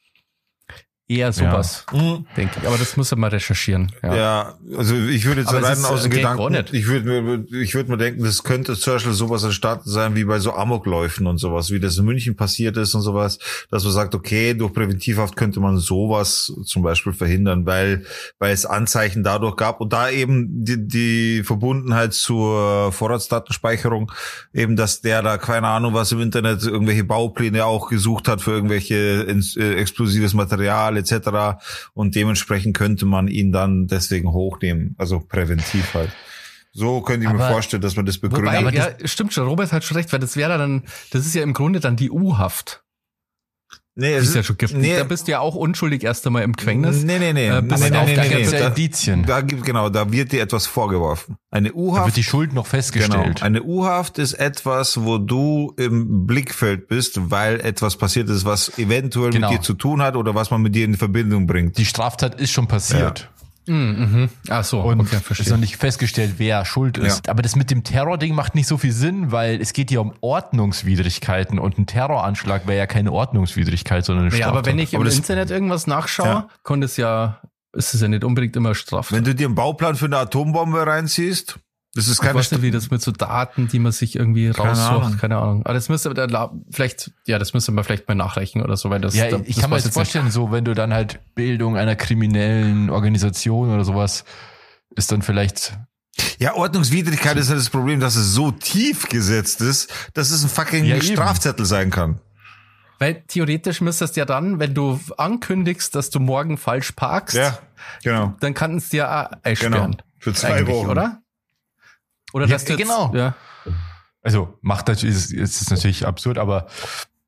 Eher sowas, denke ich. Aber das muss man mal recherchieren. Ja, also ich würde jetzt rein aus dem Gedanken, ich würde mir denken, das könnte zum Beispiel sowas entstanden sein wie bei so Amokläufen und sowas, wie das in München passiert ist und sowas, dass man sagt, okay, durch Präventivhaft könnte man sowas zum Beispiel verhindern, weil es Anzeichen dadurch gab und da eben die Verbundenheit zur Vorratsdatenspeicherung, eben, dass der da, keine Ahnung was im Internet, irgendwelche Baupläne auch gesucht hat für irgendwelche explosives Material etc. Und dementsprechend könnte man ihn dann deswegen hochnehmen, also präventiv halt. So könnte ich mir vorstellen, dass man das begründet. Wobei, ja, stimmt schon, Robert hat schon recht, weil das wäre dann, das ist ja im Grunde dann die U-Haft. Nee, es ist ja schon giftig. Nee. Da bist du ja auch unschuldig erst einmal im Gefängnis. Nee. Da gibt's ja Indizien. Da wird dir etwas vorgeworfen. Eine U-Haft. Da wird die Schuld noch festgestellt. Genau. Eine U-Haft ist etwas, wo du im Blickfeld bist, weil etwas passiert ist, was eventuell mit dir zu tun hat oder was man mit dir in Verbindung bringt. Die Straftat ist schon passiert. Ja. Ach so, und okay, ist noch nicht festgestellt, wer schuld ist. Ja. Aber das mit dem Terror-Ding macht nicht so viel Sinn, weil es geht ja um Ordnungswidrigkeiten und ein Terroranschlag wäre ja keine Ordnungswidrigkeit, sondern eine Straftat. Ja, aber wenn ich im Internet irgendwas nachschaue, ist es ja nicht unbedingt immer Straftat. Wenn du dir einen Bauplan für eine Atombombe reinziehst, das ist keine wie das mit so Daten, die man sich irgendwie raussucht, keine Ahnung. Aber das müsste man vielleicht mal nachrechnen oder so, weil das. Ja, ich kann mir jetzt vorstellen, so wenn du dann halt Bildung einer kriminellen Organisation oder sowas ist dann vielleicht. Ja, Ordnungswidrigkeit ist halt das Problem, dass es so tief gesetzt ist, dass es ein fucking Strafzettel sein kann. Weil theoretisch müsstest du ja dann, wenn du ankündigst, dass du morgen falsch parkst, genau, dann kannst du ja einsperren. Genau. Für 2 Wochen, oder? Oder das genau. Ja. Also macht natürlich, ist natürlich absurd, aber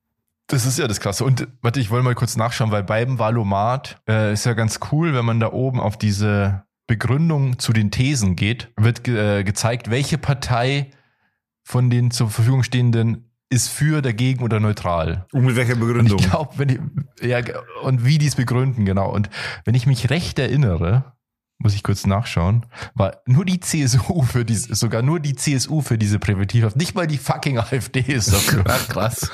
Das ist ja das Krasse. Und warte, ich wollte mal kurz nachschauen, weil beim Valomat ist ja ganz cool, wenn man da oben auf diese Begründung zu den Thesen geht, wird gezeigt, welche Partei von den zur Verfügung stehenden ist für, dagegen oder neutral. Und mit welcher Begründung? Und ich glaube, und wie die es begründen, genau. Und wenn ich mich recht erinnere, muss ich kurz nachschauen, war nur die CSU sogar nur die CSU für diese Präventivhaft. Nicht mal die fucking AfD ist dafür. Krass.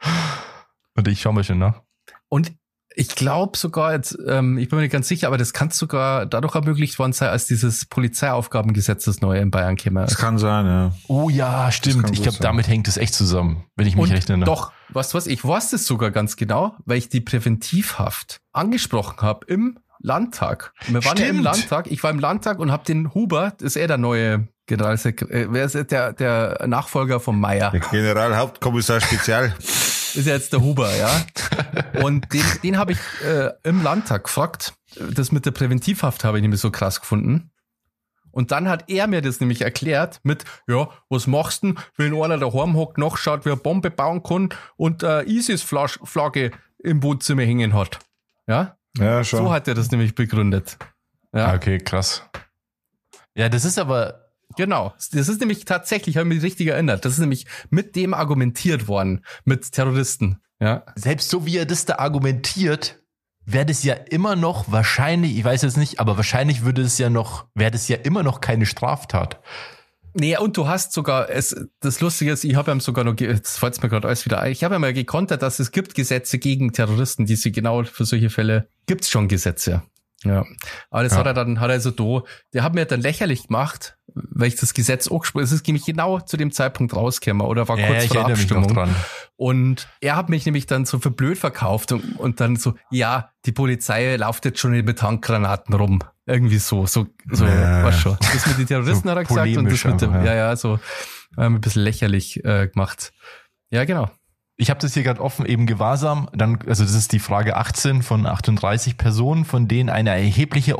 Und ich schaue mal schon nach. Und ich glaube sogar, jetzt, ich bin mir nicht ganz sicher, aber das kann sogar dadurch ermöglicht worden sein, als dieses Polizeiaufgabengesetz das neue in Bayern käme. Das kann sein, ja. Oh ja, stimmt. Ich glaube, damit hängt es echt zusammen, wenn ich mich recht erinnere. Doch, weißt du was, ich weiß das sogar ganz genau, weil ich die Präventivhaft angesprochen habe im Landtag. Wir waren ja im Landtag, ich war im Landtag und habe den Huber, das ist der neue Generalsekretär, wer ist der Nachfolger von Meier? Der Generalhauptkommissar Spezial. Ist ja jetzt der Huber, ja. Und den habe ich im Landtag gefragt. Das mit der Präventivhaft habe ich nämlich so krass gefunden. Und dann hat er mir das nämlich erklärt mit, ja, was machst du, wenn einer daheim hockt, nachschaut, wie er Bombe bauen kann und ISIS-Flagge im Wohnzimmer hängen hat. Ja? Ja, schon. So hat er das nämlich begründet. Ja. Okay, krass. Ja, das ist aber... Genau, das ist nämlich tatsächlich, habe ich mich richtig erinnert, das ist nämlich mit dem argumentiert worden, mit Terroristen. Ja. Selbst so wie er das da argumentiert, wäre das ja immer noch wahrscheinlich, ich weiß jetzt nicht, aber wahrscheinlich wäre das ja immer noch keine Straftat. Nee, und du hast sogar, das Lustige ist, ich habe ja sogar noch, jetzt fällt mir gerade alles wieder ein, ich habe ja mal gekontert, dass es gibt Gesetze gegen Terroristen, die sie genau für solche Fälle, gibt's schon Gesetze. Ja, aber das hat er so der hat mir dann lächerlich gemacht, weil ich das Gesetz auch gesprochen, es ist nämlich genau zu dem Zeitpunkt rausgekommen oder war kurz vor der Abstimmung. Dran. Und er hat mich nämlich dann so für blöd verkauft und dann so, ja, die Polizei läuft jetzt schon mit Handgranaten rum. Irgendwie so, was schon. Das mit den Terroristen so hat er gesagt und das mit dem, so ein bisschen lächerlich gemacht. Ja, genau. Ich habe das hier gerade offen, eben Gewahrsam, also das ist die Frage 18 von 38 Personen, von denen eine erhebliche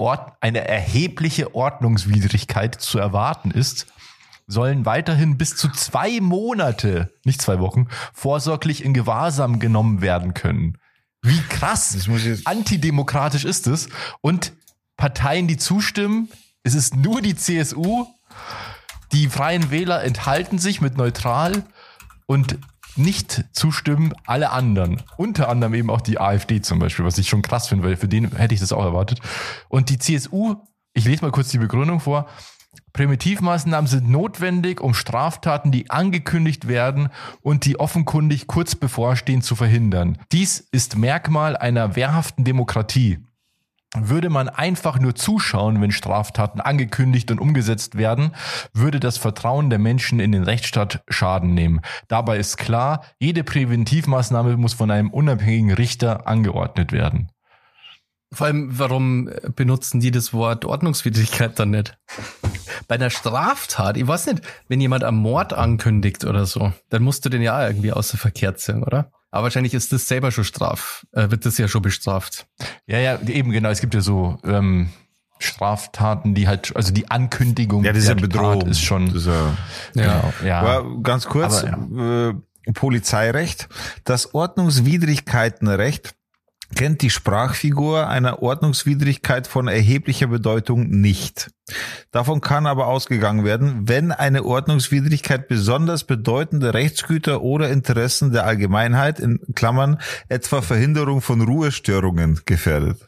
Ordnungswidrigkeit zu erwarten ist, sollen weiterhin bis zu 2 Monate, nicht 2 Wochen, vorsorglich in Gewahrsam genommen werden können. Wie krass antidemokratisch ist es? Und Parteien, die zustimmen, es ist nur die CSU, die Freien Wähler enthalten sich mit neutral und nicht zustimmen alle anderen. Unter anderem eben auch die AfD zum Beispiel, was ich schon krass finde, weil für den hätte ich das auch erwartet. Und die CSU, ich lese mal kurz die Begründung vor, Präventivmaßnahmen sind notwendig, um Straftaten, die angekündigt werden und die offenkundig kurz bevorstehen, zu verhindern. Dies ist Merkmal einer wehrhaften Demokratie. Würde man einfach nur zuschauen, wenn Straftaten angekündigt und umgesetzt werden, würde das Vertrauen der Menschen in den Rechtsstaat Schaden nehmen. Dabei ist klar, jede Präventivmaßnahme muss von einem unabhängigen Richter angeordnet werden. Vor allem, warum benutzen die das Wort Ordnungswidrigkeit dann nicht? Bei einer Straftat, ich weiß nicht, wenn jemand einen Mord ankündigt oder so, dann musst du den ja irgendwie außer Verkehr ziehen, oder? Aber wahrscheinlich ist das selber schon wird das ja schon bestraft. Ja, eben genau. Es gibt ja so Straftaten, die halt, also die Ankündigung der Bedrohung ist schon. Das ist genau. Aber ganz kurz, Polizeirecht. Das Ordnungswidrigkeitenrecht kennt die Sprachfigur einer Ordnungswidrigkeit von erheblicher Bedeutung nicht. Davon kann aber ausgegangen werden, wenn eine Ordnungswidrigkeit besonders bedeutende Rechtsgüter oder Interessen der Allgemeinheit, in Klammern etwa Verhinderung von Ruhestörungen, gefährdet.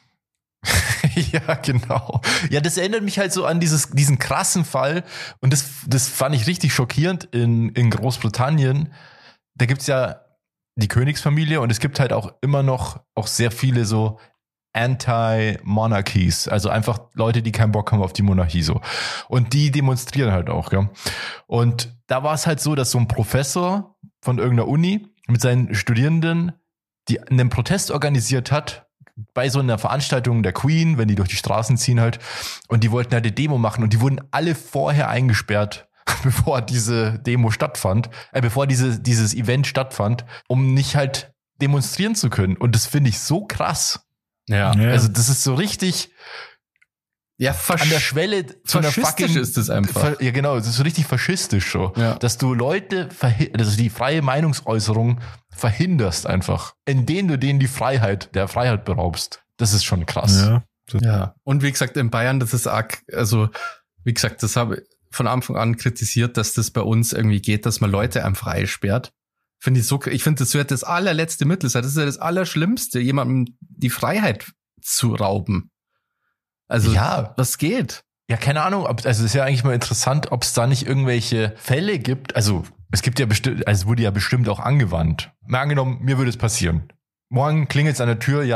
Ja, genau. Ja, das erinnert mich halt so an diesen krassen Fall und das fand ich richtig schockierend in Großbritannien. Da gibt's ja die Königsfamilie und es gibt halt auch immer noch auch sehr viele so Anti-Monarchies, also einfach Leute, die keinen Bock haben auf die Monarchie so. Und die demonstrieren halt auch, ja. Und da war es halt so, dass so ein Professor von irgendeiner Uni mit seinen Studierenden einen Protest organisiert hat bei so einer Veranstaltung der Queen, wenn die durch die Straßen ziehen halt. Und die wollten halt eine Demo machen und die wurden alle vorher eingesperrt, bevor diese Demo stattfand, bevor dieses Event stattfand, um nicht halt demonstrieren zu können. Und das finde ich so krass. Ja. Also das ist so richtig Ja, an der Schwelle zu einer fucking ist es einfach. Ja, genau, es ist so richtig faschistisch so, dass du Leute also die freie Meinungsäußerung verhinderst einfach, indem du denen der Freiheit beraubst. Das ist schon krass. Ja. Und wie gesagt, in Bayern, das ist arg, also wie gesagt, das habe ich von Anfang an kritisiert, dass das bei uns irgendwie geht, dass man Leute einfach einsperrt. Ich finde, das wird das allerletzte Mittel sein. Das ist ja das Allerschlimmste, jemandem die Freiheit zu rauben. Also, was geht? Ja, keine Ahnung. Also, es ist ja eigentlich mal interessant, ob es da nicht irgendwelche Fälle gibt. Also, es gibt ja bestimmt, also es wurde ja bestimmt auch angewandt. Mal angenommen, mir würde es passieren. Morgen klingelt es an der Tür,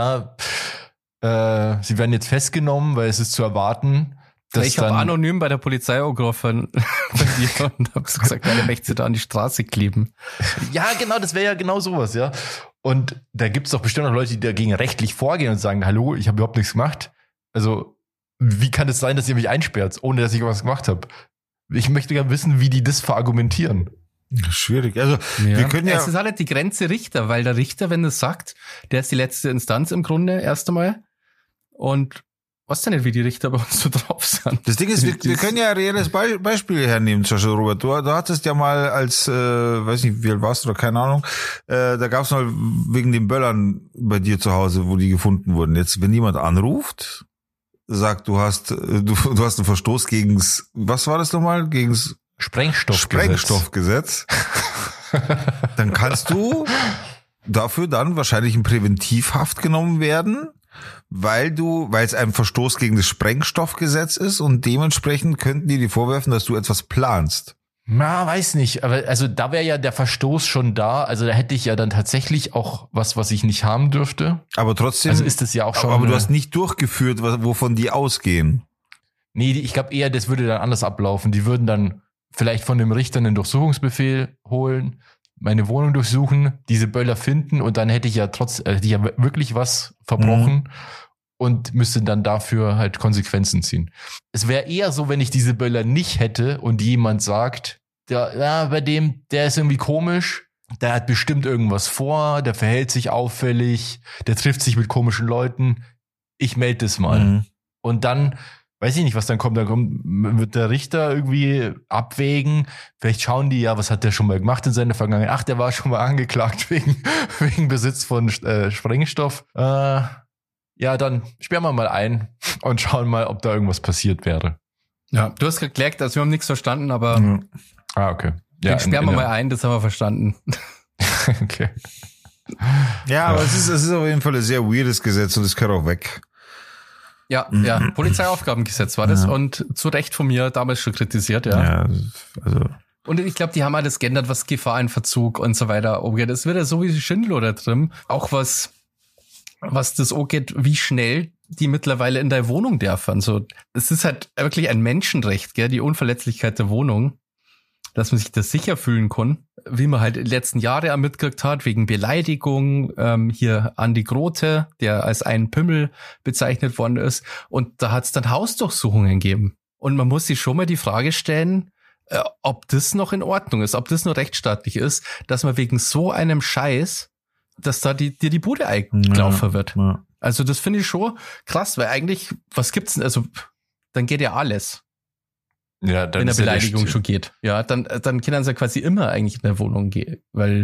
Sie werden jetzt festgenommen, weil es ist zu erwarten. Ich habe anonym bei der Polizei angerufen und habe gesagt, der möchte sie da an die Straße kleben. Ja, genau, das wäre ja genau sowas, ja. Und da gibt's doch bestimmt noch Leute, die dagegen rechtlich vorgehen und sagen, hallo, ich habe überhaupt nichts gemacht. Also, wie kann es sein, dass ihr mich einsperrt, ohne dass ich was gemacht habe? Ich möchte gerne wissen, wie die das verargumentieren. Schwierig. Also, wir können es ist halt die Grenze Richter, weil der Richter, wenn es sagt, der ist die letzte Instanz im Grunde erst einmal. Und weißt du nicht, wie die Richter bei uns so drauf sind? Das Ding ist, wir können ja ein reelles Beispiel hernehmen, zum Beispiel, Robert. Du hattest ja mal als, weiß nicht, wie alt warst du oder keine Ahnung, da gab es mal wegen den Böllern bei dir zu Hause, wo die gefunden wurden. Jetzt, wenn jemand anruft, sagt, du hast einen Verstoß gegen's, was war das nochmal? Gegen's Sprengstoffgesetz. Dann kannst du dafür dann wahrscheinlich in Präventivhaft genommen werden, weil es ein Verstoß gegen das Sprengstoffgesetz ist und dementsprechend könnten die dir vorwerfen, dass du etwas planst. Na, weiß nicht, aber also da wäre ja der Verstoß schon da, also da hätte ich ja dann tatsächlich auch was ich nicht haben dürfte. Aber trotzdem. Also ist es ja auch schon. Aber du hast nicht durchgeführt, wovon die ausgehen. Nee, ich glaube eher, das würde dann anders ablaufen. Die würden dann vielleicht von dem Richter einen Durchsuchungsbefehl holen, meine Wohnung durchsuchen, diese Böller finden und dann hätte ich ja wirklich was verbrochen und müsste dann dafür halt Konsequenzen ziehen. Es wäre eher so, wenn ich diese Böller nicht hätte und jemand sagt, der ist irgendwie komisch, der hat bestimmt irgendwas vor, der verhält sich auffällig, der trifft sich mit komischen Leuten, ich melde das mal. Und dann weiß ich nicht, was dann kommt. Wird der Richter irgendwie abwägen. Vielleicht schauen die was hat der schon mal gemacht in seiner Vergangenheit. Ach, der war schon mal angeklagt wegen Besitz von Sprengstoff. Dann sperren wir mal ein und schauen mal, ob da irgendwas passiert wäre. Ja, du hast geklärt, also wir haben nichts verstanden, aber okay. Ja, sperren wir mal ein, das haben wir verstanden. Okay. Ja, aber es ist auf jeden Fall ein sehr weirdes Gesetz und es gehört auch weg. Ja, Polizeiaufgabengesetz war das und zu Recht von mir damals schon kritisiert, Und ich glaube, die haben alles geändert, was Gefahrenverzug und so weiter umgeht. Es wird ja so wie Schindluder drin, auch was das angeht, wie schnell die mittlerweile in der Wohnung dürfen. So, es ist halt wirklich ein Menschenrecht, gell, die Unverletzlichkeit der Wohnung, dass man sich da sicher fühlen kann, wie man halt in den letzten Jahren mitgekriegt hat, wegen Beleidigung, hier Andi Grote, der als ein Pimmel bezeichnet worden ist. Und da hat es dann Hausdurchsuchungen gegeben. Und man muss sich schon mal die Frage stellen, ob das noch in Ordnung ist, ob das nur rechtsstaatlich ist, dass man wegen so einem Scheiß, dass da dir die Bude eingelaufen wird. Ja. Also das finde ich schon krass, weil eigentlich, was gibt's denn, also dann geht ja alles. Ja, dann wenn eine Beleidigung schon geht. Ja, dann können sie ja quasi immer eigentlich in der Wohnung gehen, weil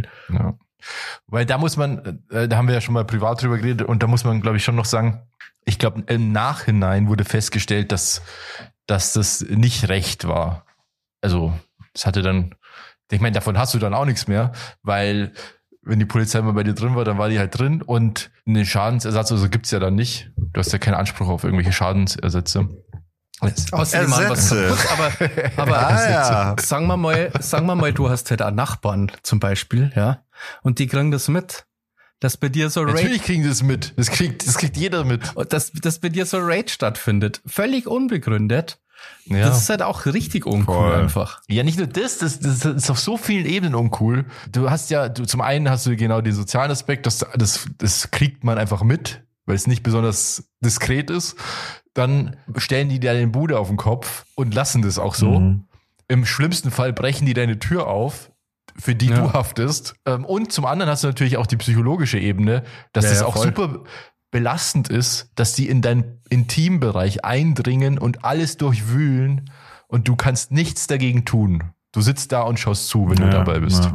da muss man, da haben wir ja schon mal privat drüber geredet und da muss man, glaube ich, schon noch sagen, ich glaube, im Nachhinein wurde festgestellt, dass das nicht recht war. Also, das hatte dann, ich meine, davon hast du dann auch nichts mehr, weil wenn die Polizei mal bei dir drin war, dann war die halt drin und einen Schadensersatz, also gibt's ja dann nicht. Du hast ja keinen Anspruch auf irgendwelche Schadensersätze. Außerdem was kaputt, aber sagen wir mal, du hast halt einen Nachbarn zum Beispiel, ja, und die kriegen das mit, dass bei dir so Raid. Natürlich kriegen die das mit. Das kriegt jeder mit. Und dass bei dir so Raid stattfindet. Völlig unbegründet. Ja. Das ist halt auch richtig uncool einfach. Ja, nicht nur das ist auf so vielen Ebenen uncool. Zum einen hast du genau den sozialen Aspekt, das kriegt man einfach mit, weil es nicht besonders diskret ist. Dann stellen die dir den Bude auf den Kopf und lassen das auch so. Im schlimmsten Fall brechen die deine Tür auf, für die du haftest. Und zum anderen hast du natürlich auch die psychologische Ebene, dass das auch super belastend ist, dass die in deinen Intimbereich eindringen und alles durchwühlen und du kannst nichts dagegen tun. Du sitzt da und schaust zu, wenn du dabei bist.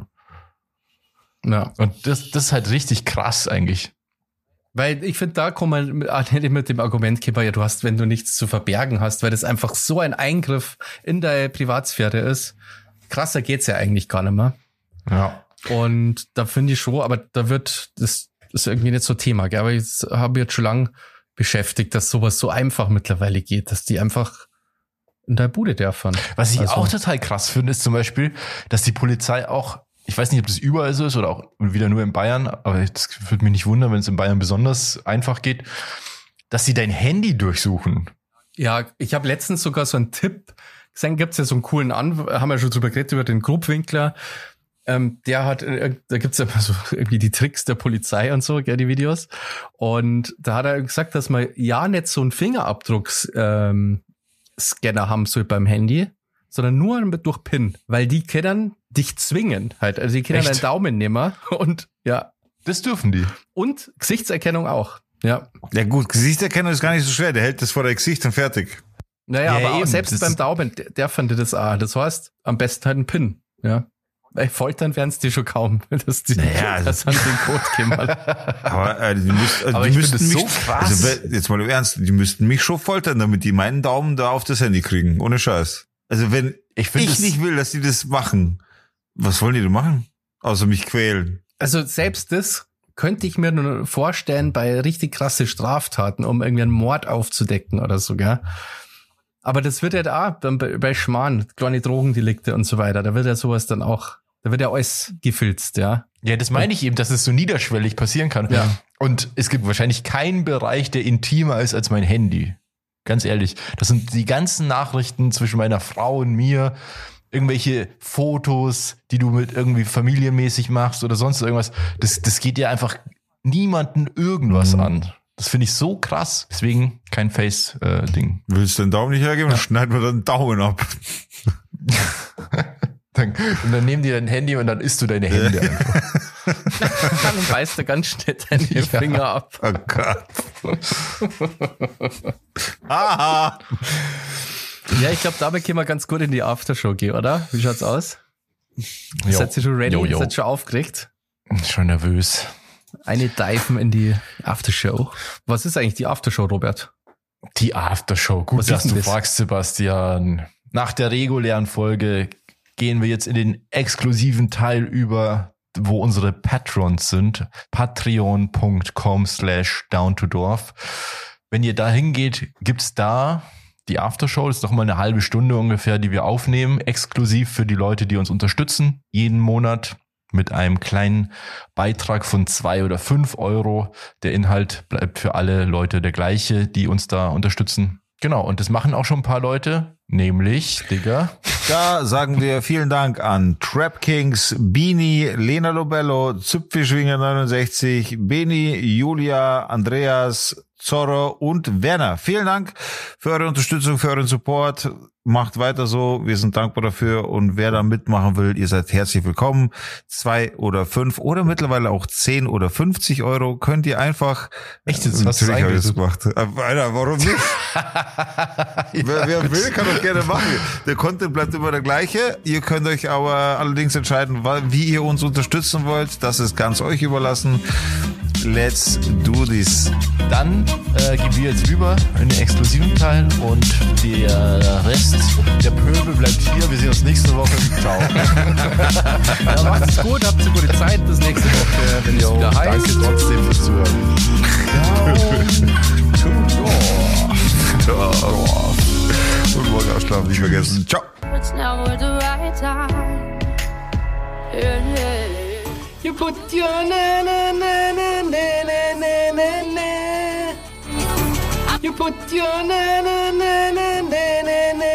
Ja. Und das ist halt richtig krass eigentlich. Weil ich finde, da kommt man nicht mit dem Argument, ja, du hast, wenn du nichts zu verbergen hast, weil das einfach so ein Eingriff in deine Privatsphäre ist. Krasser geht's ja eigentlich gar nicht mehr. Ja. Und da finde ich schon, aber das ist irgendwie nicht so Thema, gell? Aber ich habe jetzt schon lange beschäftigt, dass sowas so einfach mittlerweile geht, dass die einfach in der Bude dürfen. Was ich auch total krass finde, ist zum Beispiel, dass die Polizei auch, ich weiß nicht, ob das überall so ist oder auch wieder nur in Bayern, aber das würde mich nicht wundern, wenn es in Bayern besonders einfach geht, dass sie dein Handy durchsuchen. Ja, ich habe letztens sogar so einen Tipp gesehen, gibt's ja so einen coolen haben wir schon drüber geredet, über den Grobwinkler. Der hat, da gibt's ja so irgendwie die Tricks der Polizei und so, gell, die Videos. Und da hat er gesagt, dass man ja nicht so einen Fingerabdrucks-Scanner haben soll beim Handy, sondern nur durch PIN, weil die können dich zwingen halt. Also die können deinen Daumen nehmen und ja. Das dürfen die. Und Gesichtserkennung auch. Ja. Ja gut, Gesichtserkennung ist gar nicht so schwer. Der hält das vor der Gesicht und fertig. Naja, aber auch selbst beim Daumen, der fand das auch. Das heißt, am besten halt ein PIN. Ja. Weil foltern werden es die schon kaum, dass die das an den Code geben. Aber die müssten mich, so krass. Also jetzt mal im Ernst, die müssten mich schon foltern, damit die meinen Daumen da auf das Handy kriegen. Ohne Scheiß. Also wenn ich nicht will, dass die das machen, was wollen die denn machen? Außer mich quälen. Also selbst das könnte ich mir nur vorstellen bei richtig krasse Straftaten, um irgendwie einen Mord aufzudecken oder so, gell? Aber das wird ja auch bei Schmarrn, kleine Drogendelikte und so weiter, da wird ja sowas dann auch, da wird ja alles gefilzt, ja. Ja, das meine ich eben, dass es so niederschwellig passieren kann. Ja. Und es gibt wahrscheinlich keinen Bereich, der intimer ist als mein Handy. Ganz ehrlich. Das sind die ganzen Nachrichten zwischen meiner Frau und mir, irgendwelche Fotos, die du mit irgendwie familienmäßig machst oder sonst irgendwas. Das geht dir einfach niemanden irgendwas an. Das finde ich so krass. Deswegen kein Face-Ding. Willst du den Daumen nicht hergeben? Dann schneiden wir den Daumen ab. Und dann nehmen die dein Handy und dann isst du deine Hände einfach. Dann beißt du ganz schnell deine Finger ab. Oh Gott. Aha. Ja, ich glaube, dabei können wir ganz gut in die Aftershow gehen, oder? Wie schaut's aus? Seid ihr schon ready? Seid ihr schon aufgeregt? Schon nervös. Eine Diven in die Aftershow. Was ist eigentlich die Aftershow, Robert? Die Aftershow. Gut, dass du fragst, Sebastian. Nach der regulären Folge gehen wir jetzt in den exklusiven Teil über, wo unsere Patrons sind. Patreon.com/downtodorf. Wenn ihr da hingeht, gibt's da die Aftershow. Das ist noch mal eine halbe Stunde ungefähr, die wir aufnehmen. Exklusiv für die Leute, die uns unterstützen. Jeden Monat. Mit einem kleinen Beitrag von 2 oder 5 Euro. Der Inhalt bleibt für alle Leute der gleiche, die uns da unterstützen. Genau, und das machen auch schon ein paar Leute, nämlich, Digga. Da sagen wir vielen Dank an Trap Kings, Bini, Lena Lobello, Züpfischwinger 69, Beni, Julia, Andreas, Zorro und Werner. Vielen Dank für eure Unterstützung, für euren Support. Macht weiter so. Wir sind dankbar dafür. Und wer da mitmachen will, ihr seid herzlich willkommen. 2 oder 5 oder mittlerweile auch 10 oder 50 Euro könnt ihr einfach. Echt jetzt? Was natürlich habe ich das gemacht. Alter, warum nicht? Wer will, kann doch gerne machen. Der Content bleibt immer der gleiche. Ihr könnt euch aber allerdings entscheiden, wie ihr uns unterstützen wollt. Das ist ganz euch überlassen. Let's do this. Dann gehen wir jetzt rüber in den exklusiven Teil und der Rest, der Pöbel bleibt hier. Wir sehen uns nächste Woche. Ciao. Ja, macht's gut, habt eine gute Zeit. Bis nächste Woche, wenn es wieder heißt. Danke trotzdem fürs Zuhören. Ciao. Und morgen ausschlafen nicht vergessen. Ciao. You put your na na na na na na na na. You put your na na na na na na na.